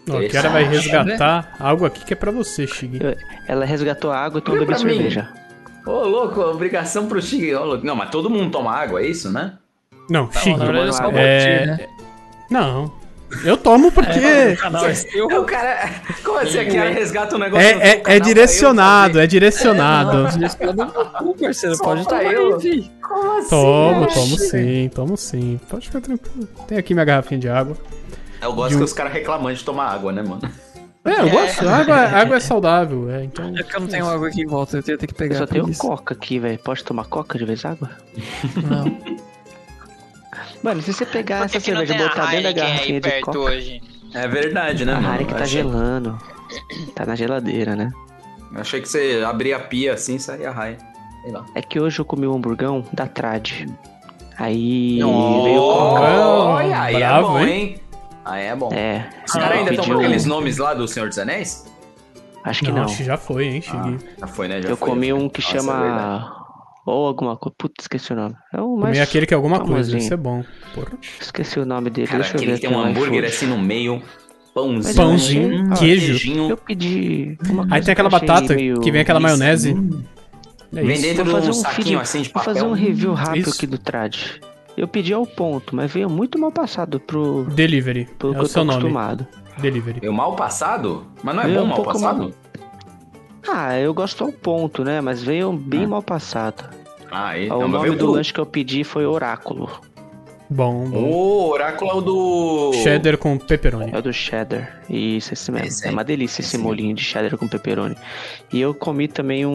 Não, a Kiara vai resgatar algo aqui que é pra você, Shig. Ela resgatou a água, então eu Olha bebi pra mim. cerveja. Ô, louco, obrigação pro Shig. Ô, louco. Não, mas todo mundo toma água, é isso, né? Não, Shig. Na verdade, eu sou o É- Botir, né? Não. Eu tomo porque... O canal é seu. O cara... Como assim? A Kiara resgata um negócio no seu É canal direcionado, pra eu é direcionado. Parceiro, Só pode pra tomar eu. aí, fi. Como assim? Tomo sim. Pode ficar tranquilo. Tem aqui minha garrafinha de água. Eu gosto que os caras reclamam de tomar água, né, mano? Eu gosto. Água é saudável, então... É porque eu não tenho água aqui em volta, eu ia ter que Eu pegar. só tenho por isso. coca aqui, velho. Pode tomar coca de vez água? Não. Mano, se você pegar Por essa que não cerveja tem e botar a dentro da Heineken garrafinha aí de perto coca... hoje? É verdade, né, A mano? Heineken tá gelando. Tá na geladeira, né? Eu achei que você abria a pia assim e saía a raia. Sei lá. É que hoje eu comi um hamburgão da Trad. Aí Oh, veio coca. olha, aí bravo, é bom, hein? hein? Aí é bom. É. Os caras ainda estão pediu- com aqueles nomes lá do Senhor dos Anéis? Acho que não. Acho que já foi, hein, Shig. Já foi, né? Já Eu foi, comi já foi. um que Nossa, é verdade. chama... Ou alguma coisa... Putz, esqueci o nome. É o mais Comer aquele que é alguma coisa, famosinho. isso é bom. Porra. Esqueci o nome dele. Cara, Deixa eu ver aquele que tem aqui um no hambúrguer iFood. assim no meio, pãozinho, Pãozinho, queijo. queijinho. Eu pedi uma Aí coisa tem aquela que eu achei batata meio- que vem aquela maionese. É Vem isso. dentro de Vou fazer um um saquinho vídeo, assim de vou papel. fazer um review rápido Isso. aqui do Trad. Eu pedi ao ponto, mas veio muito mal passado pelo Delivery. que É o eu tô seu nome. acostumado. Delivery. Eu mal passado? Mas não é Veio bom um mal pouco passado? Ah, eu gosto ao ponto, né? Mas veio bem mal passado. Ah, aí. O Não, mas nome veio do cru. lanche que eu pedi foi Oráculo. Bom. O oráculo é o do... Cheddar com pepperoni. É o do cheddar. Isso, esse mesmo. Esse É aí. uma delícia esse Esse molhinho de cheddar com pepperoni. E eu comi também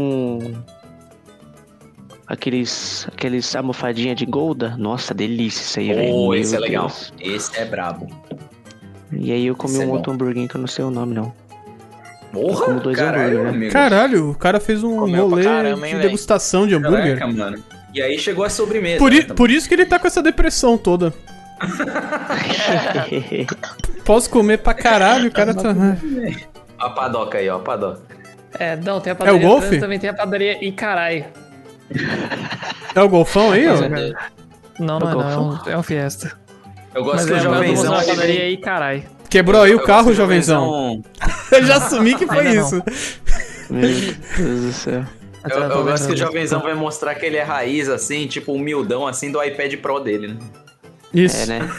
aqueles almofadinha de Gouda. Nossa, delícia isso aí, velho. Oh, Meu esse é legal. Deus. Esse é brabo. E aí eu comi Esse é um bom. outro hamburguinho que eu não sei o nome, não. Porra, como dois caralho, hambúrguer, né? amigo. Caralho, o cara fez um Comeu pra rolê caramba, hein, de véi? degustação de hambúrguer. Caraca, mano. E aí chegou a sobremesa. Por, né, também. por isso que ele tá com essa depressão toda. Posso comer pra caralho, o cara tá... Ó a padoca aí, ó, a padoca. É, não, tem a padaria Golfe? Trans, também tem a padaria Icarai. É o golfão aí, ó? Não, não é não, é um Fiesta. Eu gosto Mas que o é, eu vou jovenzão... usar a ele padaria vem- Icarai. Quebrou aí eu o carro, gosto que jovenzão? Eu já assumi que foi Ainda não. isso. Meu Deus do céu. Eu gosto que o jovenzão vai mostrar que ele é raiz, assim, tipo, humildão, assim, do iPad Pro dele, né? Isso. É, né?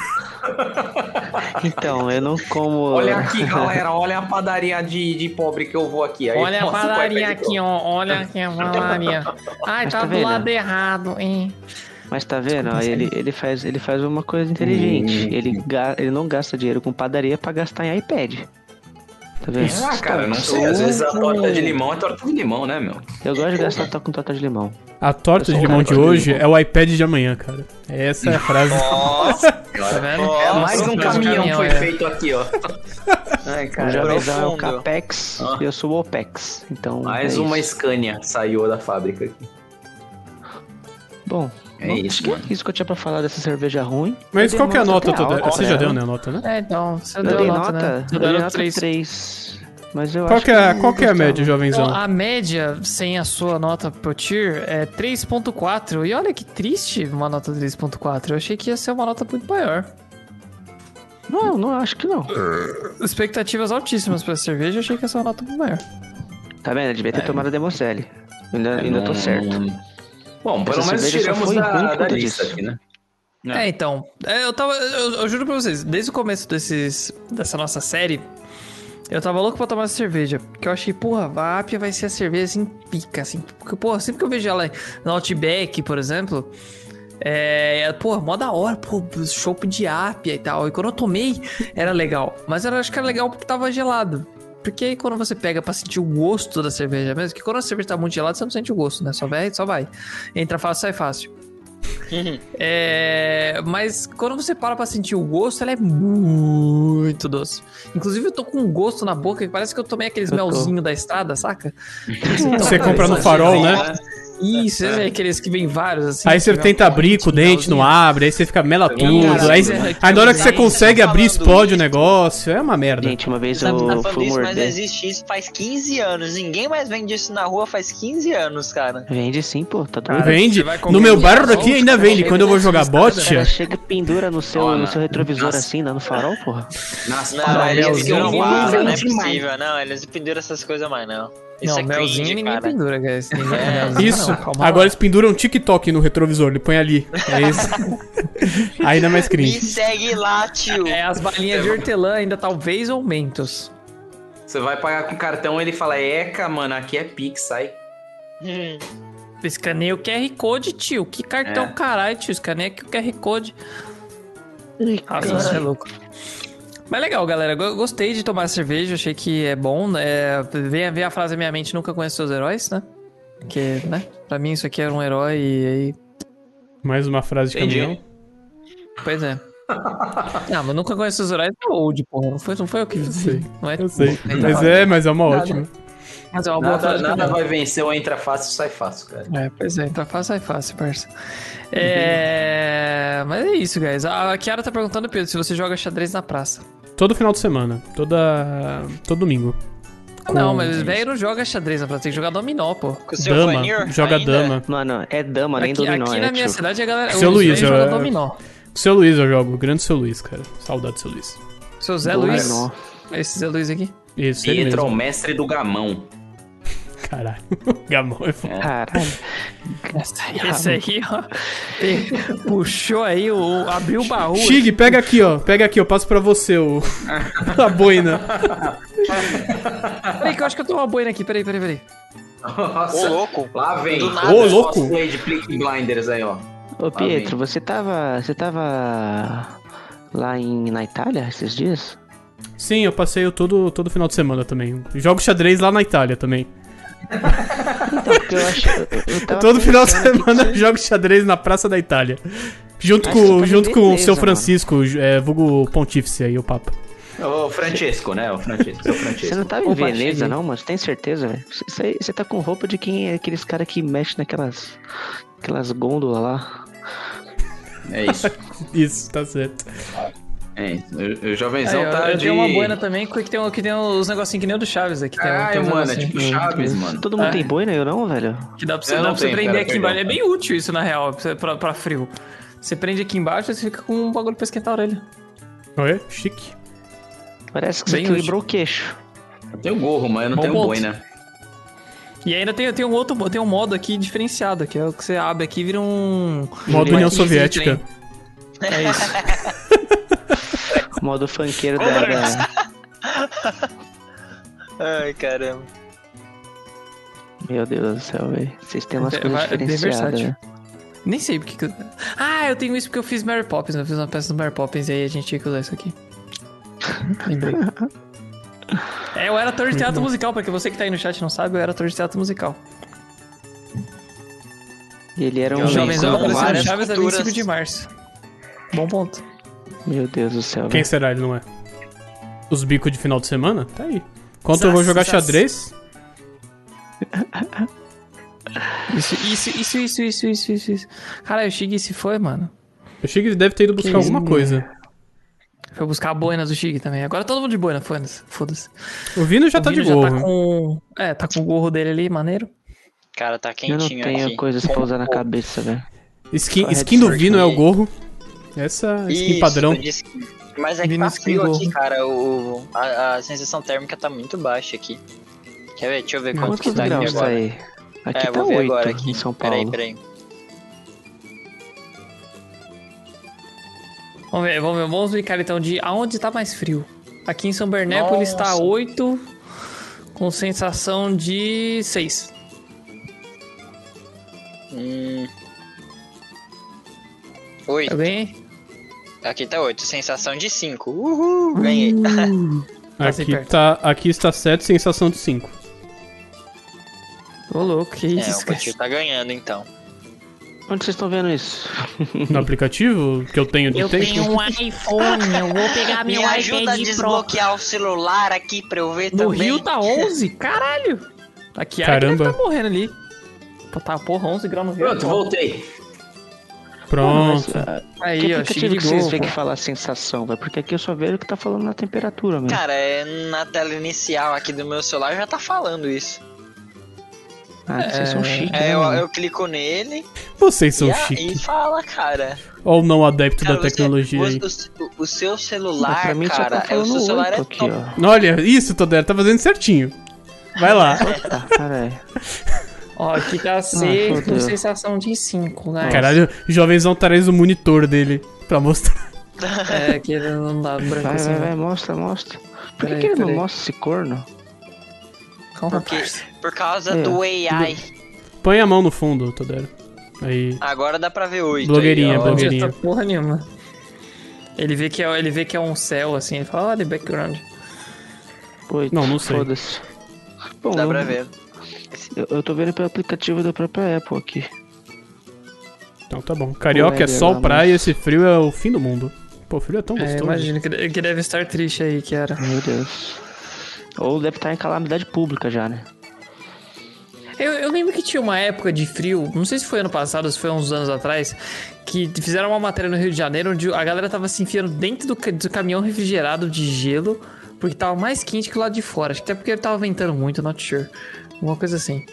Então, eu não como... Olha aqui, galera, olha a padaria de pobre que eu vou aqui. Aí Olha a mostra o padaria iPad Pro. aqui, ó. Olha aqui a padaria. Ai, Mas tá tá do vendo? lado errado, hein? Mas tá vendo? Ó, ele faz uma coisa inteligente. Ele não gasta dinheiro com padaria pra gastar em iPad. Tá vendo? Ah, cara, não sei, às vezes a torta de limão é torta de limão, né, meu? Eu gosto de gastar com torta de limão. A torta de Eu sou limão um de cara hoje é o iPad de amanhã, cara. Essa é a frase. Nossa, Tá vendo? É, mais um Nossa, caminhão foi é. feito aqui, ó. Ai, O cara, jovenzão é o profundo. Capex Ah. e eu sou o Opex. Então, mais é uma isso. Scania saiu da fábrica aqui. Bom, É isso, acho que mano. é isso que eu tinha pra falar dessa cerveja ruim. Mas Eu qual que é a dei nota até toda? alta, Você já né? deu, né, a nota, né? É, então, você Eu deu dei nota, nota, né? Você eu dei deu nota 3. 3. Mas eu Qual acho que é, eu qual que é a gostava. média, jovenzão? Então, a média, sem a sua nota pro tier, é 3.4. E olha que triste uma nota 3.4. Eu achei que ia ser uma nota muito maior. Não acho que não. Expectativas altíssimas pra cerveja, eu achei que ia ser uma nota muito maior. Tá vendo? Eu devia ter tomado a Democelli. Ainda tô certo. Bom, pelo Essa menos cerveja só tiramos foi ruim por da conta lista disso. aqui, né? Então, eu juro pra vocês, desde o começo dessa nossa série, eu tava louco pra tomar essa cerveja, porque eu achei, porra, a Apia vai ser a cerveja assim, pica, assim, porque, porra, sempre que eu vejo ela na Outback, por exemplo, porra, mó da hora, pô, chopp de Apia e tal, e quando eu tomei, era legal, mas eu acho que era legal porque tava gelado. Porque aí quando você pega pra sentir o gosto da cerveja mesmo, que quando a cerveja tá muito gelada, você não sente o gosto, né? Só vai. Entra fácil, sai fácil. Mas quando você para pra sentir o gosto, ela é muito doce. Inclusive eu tô com um gosto na boca que parece que eu tomei aqueles Eu tô. melzinho da estrada, saca? Você compra no farol, né? Isso, é aqueles que vem vários, assim. Aí você que tenta vem um abrir com o dente, não finalzinho. abre, aí você fica mela Cara, tudo. Aí na hora que você consegue abrir, explode o negócio. É uma merda. Gente, uma vez Tá eu falando fui isso, mas morder. existe isso faz 15 anos. Ninguém mais vende isso na rua faz 15 anos, cara. Vende sim, pô, tá doido. Cara, Vende. você vai comer No meu um bairro garçom, daqui ainda cara, vende. chega Quando eu vou dentro jogar de bot, Cara, chega e pendura no seu retrovisor Nossa. assim, no farol, porra. Nas Não, paredes eles que eu não vi, não é vende possível, não. Eles não penduram essas coisas mais, não. Isso Não, é melzinho cringe, ninguém cara. pendura, guys. Melzinho Isso. não, calma Agora lá. eles penduram um TikTok no retrovisor. Ele põe ali. É isso. Ainda mais Me cringe. segue lá, tio. É, as balinhas de hortelã ainda talvez ou Mentos. Você vai pagar com cartão, ele fala, eca, mano, aqui é Pix, sai. Escaneia o QR Code, tio. Que cartão, caralho, tio. Escaneia aqui o QR Code. Nossa, isso é louco. Mas legal, galera. Gostei de tomar cerveja. Achei que é bom. Vem a frase na minha mente: nunca conheço seus heróis, né? Porque, né? Pra mim isso aqui era um herói e aí. Mais uma frase de Entendi. caminhão. Pois é. Não, mas nunca conheço seus heróis é old, porra. Não foi eu que sei. Não é, Eu sei. Não, Mas é uma ótima. mas é uma boa Nada, frase de nada caminhão. vai vencer ou entra fácil, sai fácil, cara. Pois é, entra fácil, sai fácil, parça. Mas é isso, guys. A Kiara tá perguntando, Pedro, se você joga xadrez na praça. Todo final de semana. Todo domingo. Não, mas velho não joga xadrez na praça, tem que jogar dominó, pô. Com o seu Dama. Vanir Joga ainda? dama. Mano, é dama, nem Aqui dominó, na é, minha tio. cidade a galera. Seu os Luiz, velhos jogam eu- dominó. Seu Luiz eu jogo. Grande seu Luiz, cara. Saudade do seu Luiz. Seu Zé Luiz. Dominó. Esse Zé Luiz aqui. Isso, ele Pietro é o mesmo. mestre do gamão. Caralho. Gamão é foda. Caralho. Esse aí, ó. Puxou aí, abriu o baú. Chig, pega aqui, ó. Pega aqui, eu passo pra você a boina. Peraí, que eu acho que eu tenho uma boina aqui. Peraí. Nossa, Ô, louco. lá vem. Do nada. Ô, louco. Cosplay de Peaky Blinders aí, ó. Ô, Pietro, você tava lá na Itália esses dias? Sim, eu passeio todo final de semana também. Jogo xadrez lá na Itália também. Então, porque eu acho... Eu tava Todo final de pensando semana que eu jogo xadrez na Praça da Itália. Junto Acho que com, tá junto de com o beleza, seu mano. Francisco, vulgo pontífice aí, o Papa. O Francesco, né? O Francesco, seu Você Francesco. não tava em Opa, Veneza, cheguei. não, mano? Você tem certeza, velho? Você tá com roupa de quem é aqueles caras que mexem naquelas gôndolas lá. É isso. Isso, tá certo. É isso. O jovenzão Aí, ó, tá eu de... tenho uma boina também que tem os negocinhos que nem o do Chaves aqui. Caralho, uns mano, é negocinhos tipo Chaves, mano. Todo mundo É. tem boina, eu não, velho? Que dá pra você, Eu não tenho, prender cara, aqui embaixo. perdão. É bem útil isso, na real, pra frio. Você prende aqui embaixo e você fica com um bagulho pra esquentar a orelha. Olha, chique. Parece que você Bem equilibrou o queixo. Eu tenho gorro, mas eu não Bom tenho ponto. boina. E ainda tem um modo aqui diferenciado, que é o que você abre aqui e vira um... Modo uma União quinze de Soviética. trem. É isso. Modo funkeiro da... Ai, caramba. Meu Deus do céu, velho. Vocês têm umas É, coisas é bem diferenciadas, versátil. né? Nem sei porque que eu... Ah, eu tenho isso porque eu fiz Mary Poppins. Eu fiz uma peça do Mary Poppins e aí a gente tinha que usar isso aqui. Lembrei. Eu era ator de teatro musical, porque você que tá aí no chat não sabe, eu era ator de teatro musical. E ele era um... O Jovenzão com apareceu no várias Chaves a culturas. 25 de março. Bom ponto. Meu Deus do céu, Quem velho. será? Ele não é? Os bicos de final de semana? Tá aí. Enquanto eu vou jogar xadrez, Isso. Caralho, o Shig se foi, mano. eu achei que ele deve ter ido buscar Que alguma isso, coisa. Foi buscar a boina do Shig também. Agora todo mundo de boina, foda-se. O Vino já O tá de Vino gorro. já tá com... tá com o gorro dele ali, maneiro. Cara, tá Eu não quentinho tenho aqui. coisas pra usar na cabeça, velho. Skin do Vino é o gorro. Essa skin Isso, tô padrão. de skin. Mas é que Vino tá skin frio gorro. aqui, cara. A sensação térmica tá muito baixa aqui. Quer ver? Deixa eu ver quanto que Quantos tá aqui graus tá agora. aí? Aqui tá vou ver 8 agora aqui. em São Paulo. Peraí. Vamos brincar então de aonde tá mais frio. Aqui em São Bernépolis tá Nossa. 8, com sensação de 6. Eu 8. ganhei? Aqui tá 8. Sensação de 5. Uhul, ganhei. Passei Aqui, perto. aqui está 7, sensação de 5. Ô louco, que É, isso, o cara. Coutinho tá ganhando então. Onde vocês estão vendo isso? No aplicativo que eu tenho de tempo. um iPhone, eu vou pegar Me meu ajuda a iPad Pro. desbloquear o celular aqui pra eu ver No também. Rio tá 11? Caralho! A Kiara Caramba. que deve tá morrendo ali. Pô, tá, porra, 11 graus no Pronto, vento. voltei. Pronto. Aí, Que ó, aplicativo cheio de que vocês gol. veem que fala a sensação, velho? Porque aqui eu só vejo que tá falando na temperatura, mesmo. Cara, na tela inicial aqui do meu celular já tá falando isso. Ah, vocês são chiques, né, Eu mano? clico nele Vocês são e chiques. fala, cara. Ou o não adepto Cara, da tecnologia aí. o seu Mas celular, pra mim só cara, tá falando o seu celular 8 é aqui, top. ó. Olha, isso, Todero, tá fazendo certinho. Vai lá. Tá, caralho. Ó, aqui tá C com fodeu. sensação de 5, né? Caralho, o jovenzão traz o monitor dele pra mostrar. É, que ele não dá branco Vai, assim. vai, né? mostra. Por Peraí, que ele não peraí. mostra esse corno? Calma, Porque, parça. por causa É, do AI. Põe a mão no fundo, Todero. Aí. Agora dá pra ver 8. Blogueirinha, aí, ó. Não blogueirinha. adianta porra nenhuma. Ele vê que é um céu, assim, ele fala, olha, background. Oito, Não sei. Foda-se. Bom, Dá pra ver. Eu tô vendo pelo aplicativo da própria Apple aqui. Então tá bom. Carioca Pô, é sol, mas- praia, esse frio é o fim do mundo. Pô, o frio é tão É, gostoso. imagino que deve estar triste aí, que era. Meu Deus. Ou deve estar em calamidade pública já, né? Eu lembro que tinha uma época de frio, não sei se foi ano passado ou se foi uns anos atrás, que fizeram uma matéria no Rio de Janeiro onde a galera tava se enfiando dentro do caminhão refrigerado de gelo, porque tava mais quente que o lado de fora. Acho que até porque ele tava ventando muito, not sure. Uma coisa assim.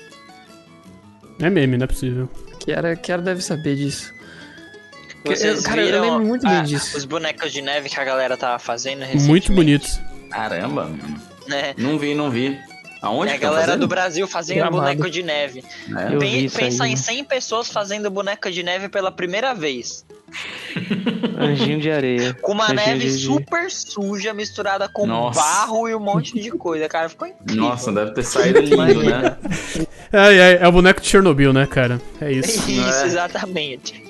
É meme, não é possível. Que era deve saber disso. Vocês Cara, eu viram lembro muito bem disso. os bonecos de neve que a galera tava fazendo recentemente? Muito bonitos. Caramba, mano. Né? Não vi. Aonde É a que tão galera fazendo? do Brasil fazendo Gramado. boneco de neve. É. Eu vi isso Pensa aí. em 100 pessoas fazendo boneca de neve pela primeira vez. Anjinho de areia. Com uma Anjinho neve de- super suja, misturada com Nossa. barro e um monte de coisa. Cara, ficou incrível. Nossa, deve ter saído lindo, né? É o boneco de Chernobyl, né, cara? É isso. Isso, É. exatamente.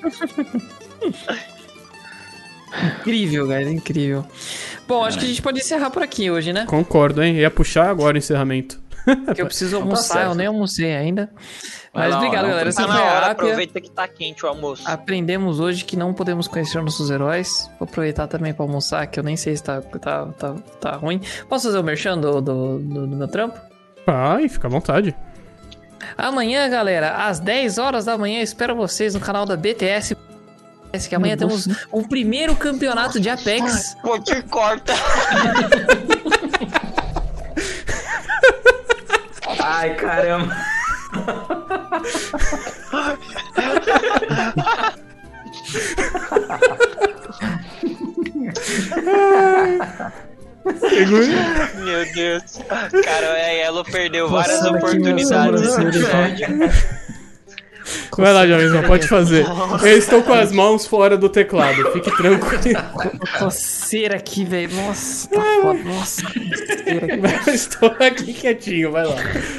Incrível, galera, incrível. Bom, acho que a gente pode encerrar por aqui hoje, né? Concordo, hein? Ia puxar agora o encerramento. Porque eu preciso almoçar, certo. eu nem almocei ainda. Vai Mas lá, obrigado, ó, galera. Tá Essa foi na hora, a Ápia. aproveita que tá quente o almoço. Aprendemos hoje que não podemos conhecer nossos heróis. Vou aproveitar também pra almoçar, que eu nem sei se tá ruim. Posso fazer o merchan do meu trampo? Ai, fica à vontade. Amanhã, galera, às 10 horas da manhã, espero vocês no canal da BTS. Que amanhã temos um primeiro campeonato de Apex. Pô, te corta. Ai, caramba. Meu Deus. Cara, a Elo perdeu várias Coçando aqui minha oportunidades nesse sobrancelha. episódio. Vai lá, jovenzão, pode fazer. Eu estou com as mãos fora do teclado, fique tranquilo. Coceira aqui, velho. Nossa, tá foda. Nossa, coceira aqui. Estou aqui quietinho, vai lá.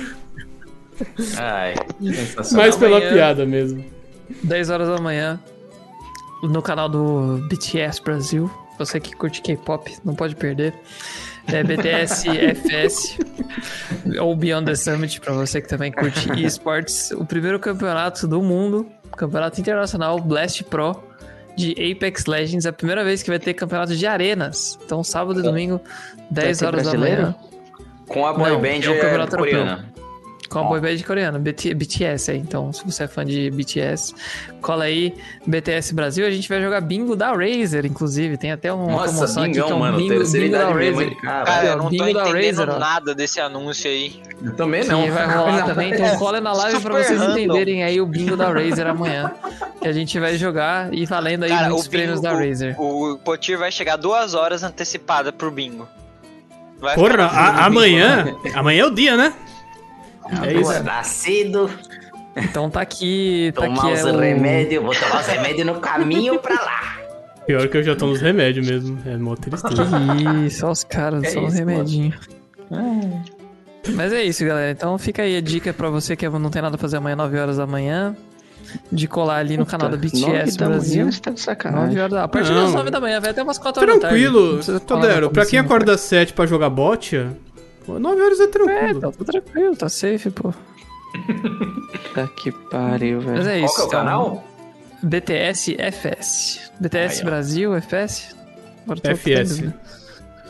Ai, sensacional. Mais pela Amanhã. piada mesmo. 10 horas da manhã, no canal do BTS Brasil. Você que curte K-pop, não pode perder. É BTS FS ou Beyond the Summit, pra você que também curte esportes. O primeiro campeonato do mundo, campeonato internacional Blast Pro de Apex Legends. A primeira vez que vai ter campeonato de arenas. Então, sábado e domingo, 10 ter horas da brasileiro? manhã. Com a boy Não, band é um campeonato coreana. Com a boyband coreana, BTS aí. Então, se você é fã de BTS, cola aí, BTS Brasil. A gente vai jogar bingo da Razer, inclusive. Tem até uma Nossa, promoção aqui que é bingão, um mano. bingo Terceira da idade mesmo, Razer. hein? Cara, Cara, eu não tô bingo da entendendo Razer, ó. nada desse anúncio aí. eu também não. Que vai rolar também, então cola na live pra Super vocês random. entenderem aí o bingo da Razer amanhã. Que a gente vai jogar e valendo aí Cara, muitos o prêmios bingo, da Razer. o Potir vai chegar 2 horas antecipada pro bingo. Vai Porra, ficar no bingo. amanhã? Amanhã é o dia, né? É isso. Nascido, Então tá aqui tomar os é o... remédios, vou tomar os remédios no caminho pra lá. Pior que eu já tô nos remédios mesmo. É mó tristeza. Que isso, só os caras, É só os isso, remedinhos. Mas é isso, galera. Então fica aí a dica pra você que não tem nada pra fazer amanhã, 9 horas da manhã, de colar ali no canal da BTS Brasil. Você tá de 9 sacanagem. horas da... A partir Não. das 9 da manhã, vai até umas 4 horas da tarde. Não Tranquilo, precisa falar Todero. no Pra quem comecinho, acorda às 7 pra jogar botia, 9 horas é É, tranquilo. tá tudo tranquilo, tá safe, pô. Tá que pariu, Mas velho. é Qual isso. que é o então. canal? BTS FS. BTS Aí, ó. Brasil, FS? Agora eu tô FS. ficando-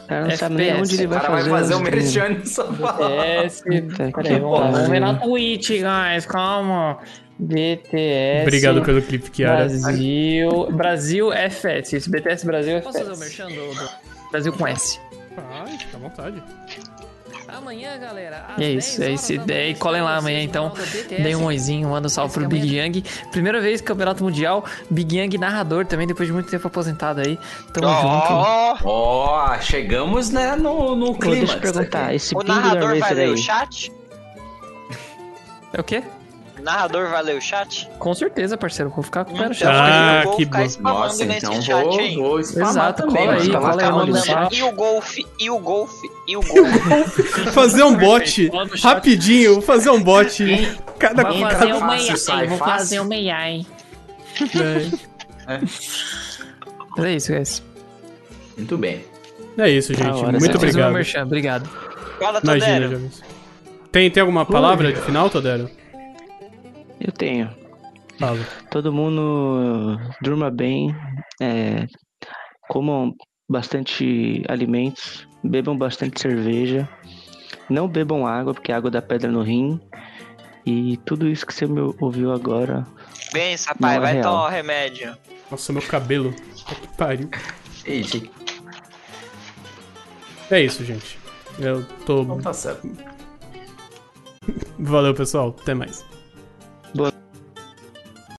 cara não sabe nem onde ele O vai cara vai fazer o os- merchan no sofá. BTS. Puta Peraí, que vamos lá. Vamos ver na pariu. Twitch, guys. Calma. BTS. Obrigado pelo clipe, Kiara. Brasil FS. Isso, BTS Brasil FS. Posso fazer o merchan do Brasil com S? Ai, fica à vontade. Amanhã, galera. E é isso, é isso. E colhem lá amanhã, então. Deem um oizinho, manda um salve pro Big Yang. Primeira vez Campeonato Mundial. Big Yang narrador também, depois de muito tempo aposentado aí. Tamo junto. Ó, chegamos, né, no Pô, clima. deixa eu perguntar, esse O Bingo da narrador vai Razer ler o aí, chat? É o quê? O narrador vai ler o chat? Com certeza, parceiro. Vou ficar acompanhando o chat. Ah, eu vou que ficar bom. spamando Nossa, nesse então chat, hein? vou spamar Exato, também. cola aí, vou cola aí, ficar manda um mandando. salve. E o golfe, e o golfe, e o golfe. Fazer um bot rapidinho, vou fazer um bot. Cada Vou Entra fazer fácil, uma AI. sai Vou fácil. fazer uma AI. Mas é isso, é isso. Muito bem. É isso, gente. Da hora, Muito certo. Fiz o meu obrigado. merchan, obrigado. Fala, Imagina, Todero. James. Tem alguma palavra de final, Todero? Eu tenho. Fala. Todo mundo durma bem, comam bastante alimentos, bebam bastante cerveja, não bebam água, porque a água dá pedra no rim. E tudo isso que você me ouviu agora. Vem, rapaz, Não é vai real. tomar o remédio. Nossa, meu cabelo. Que pariu. Ixi, É isso, gente. Eu tô. então tá certo. Valeu, pessoal. Até mais.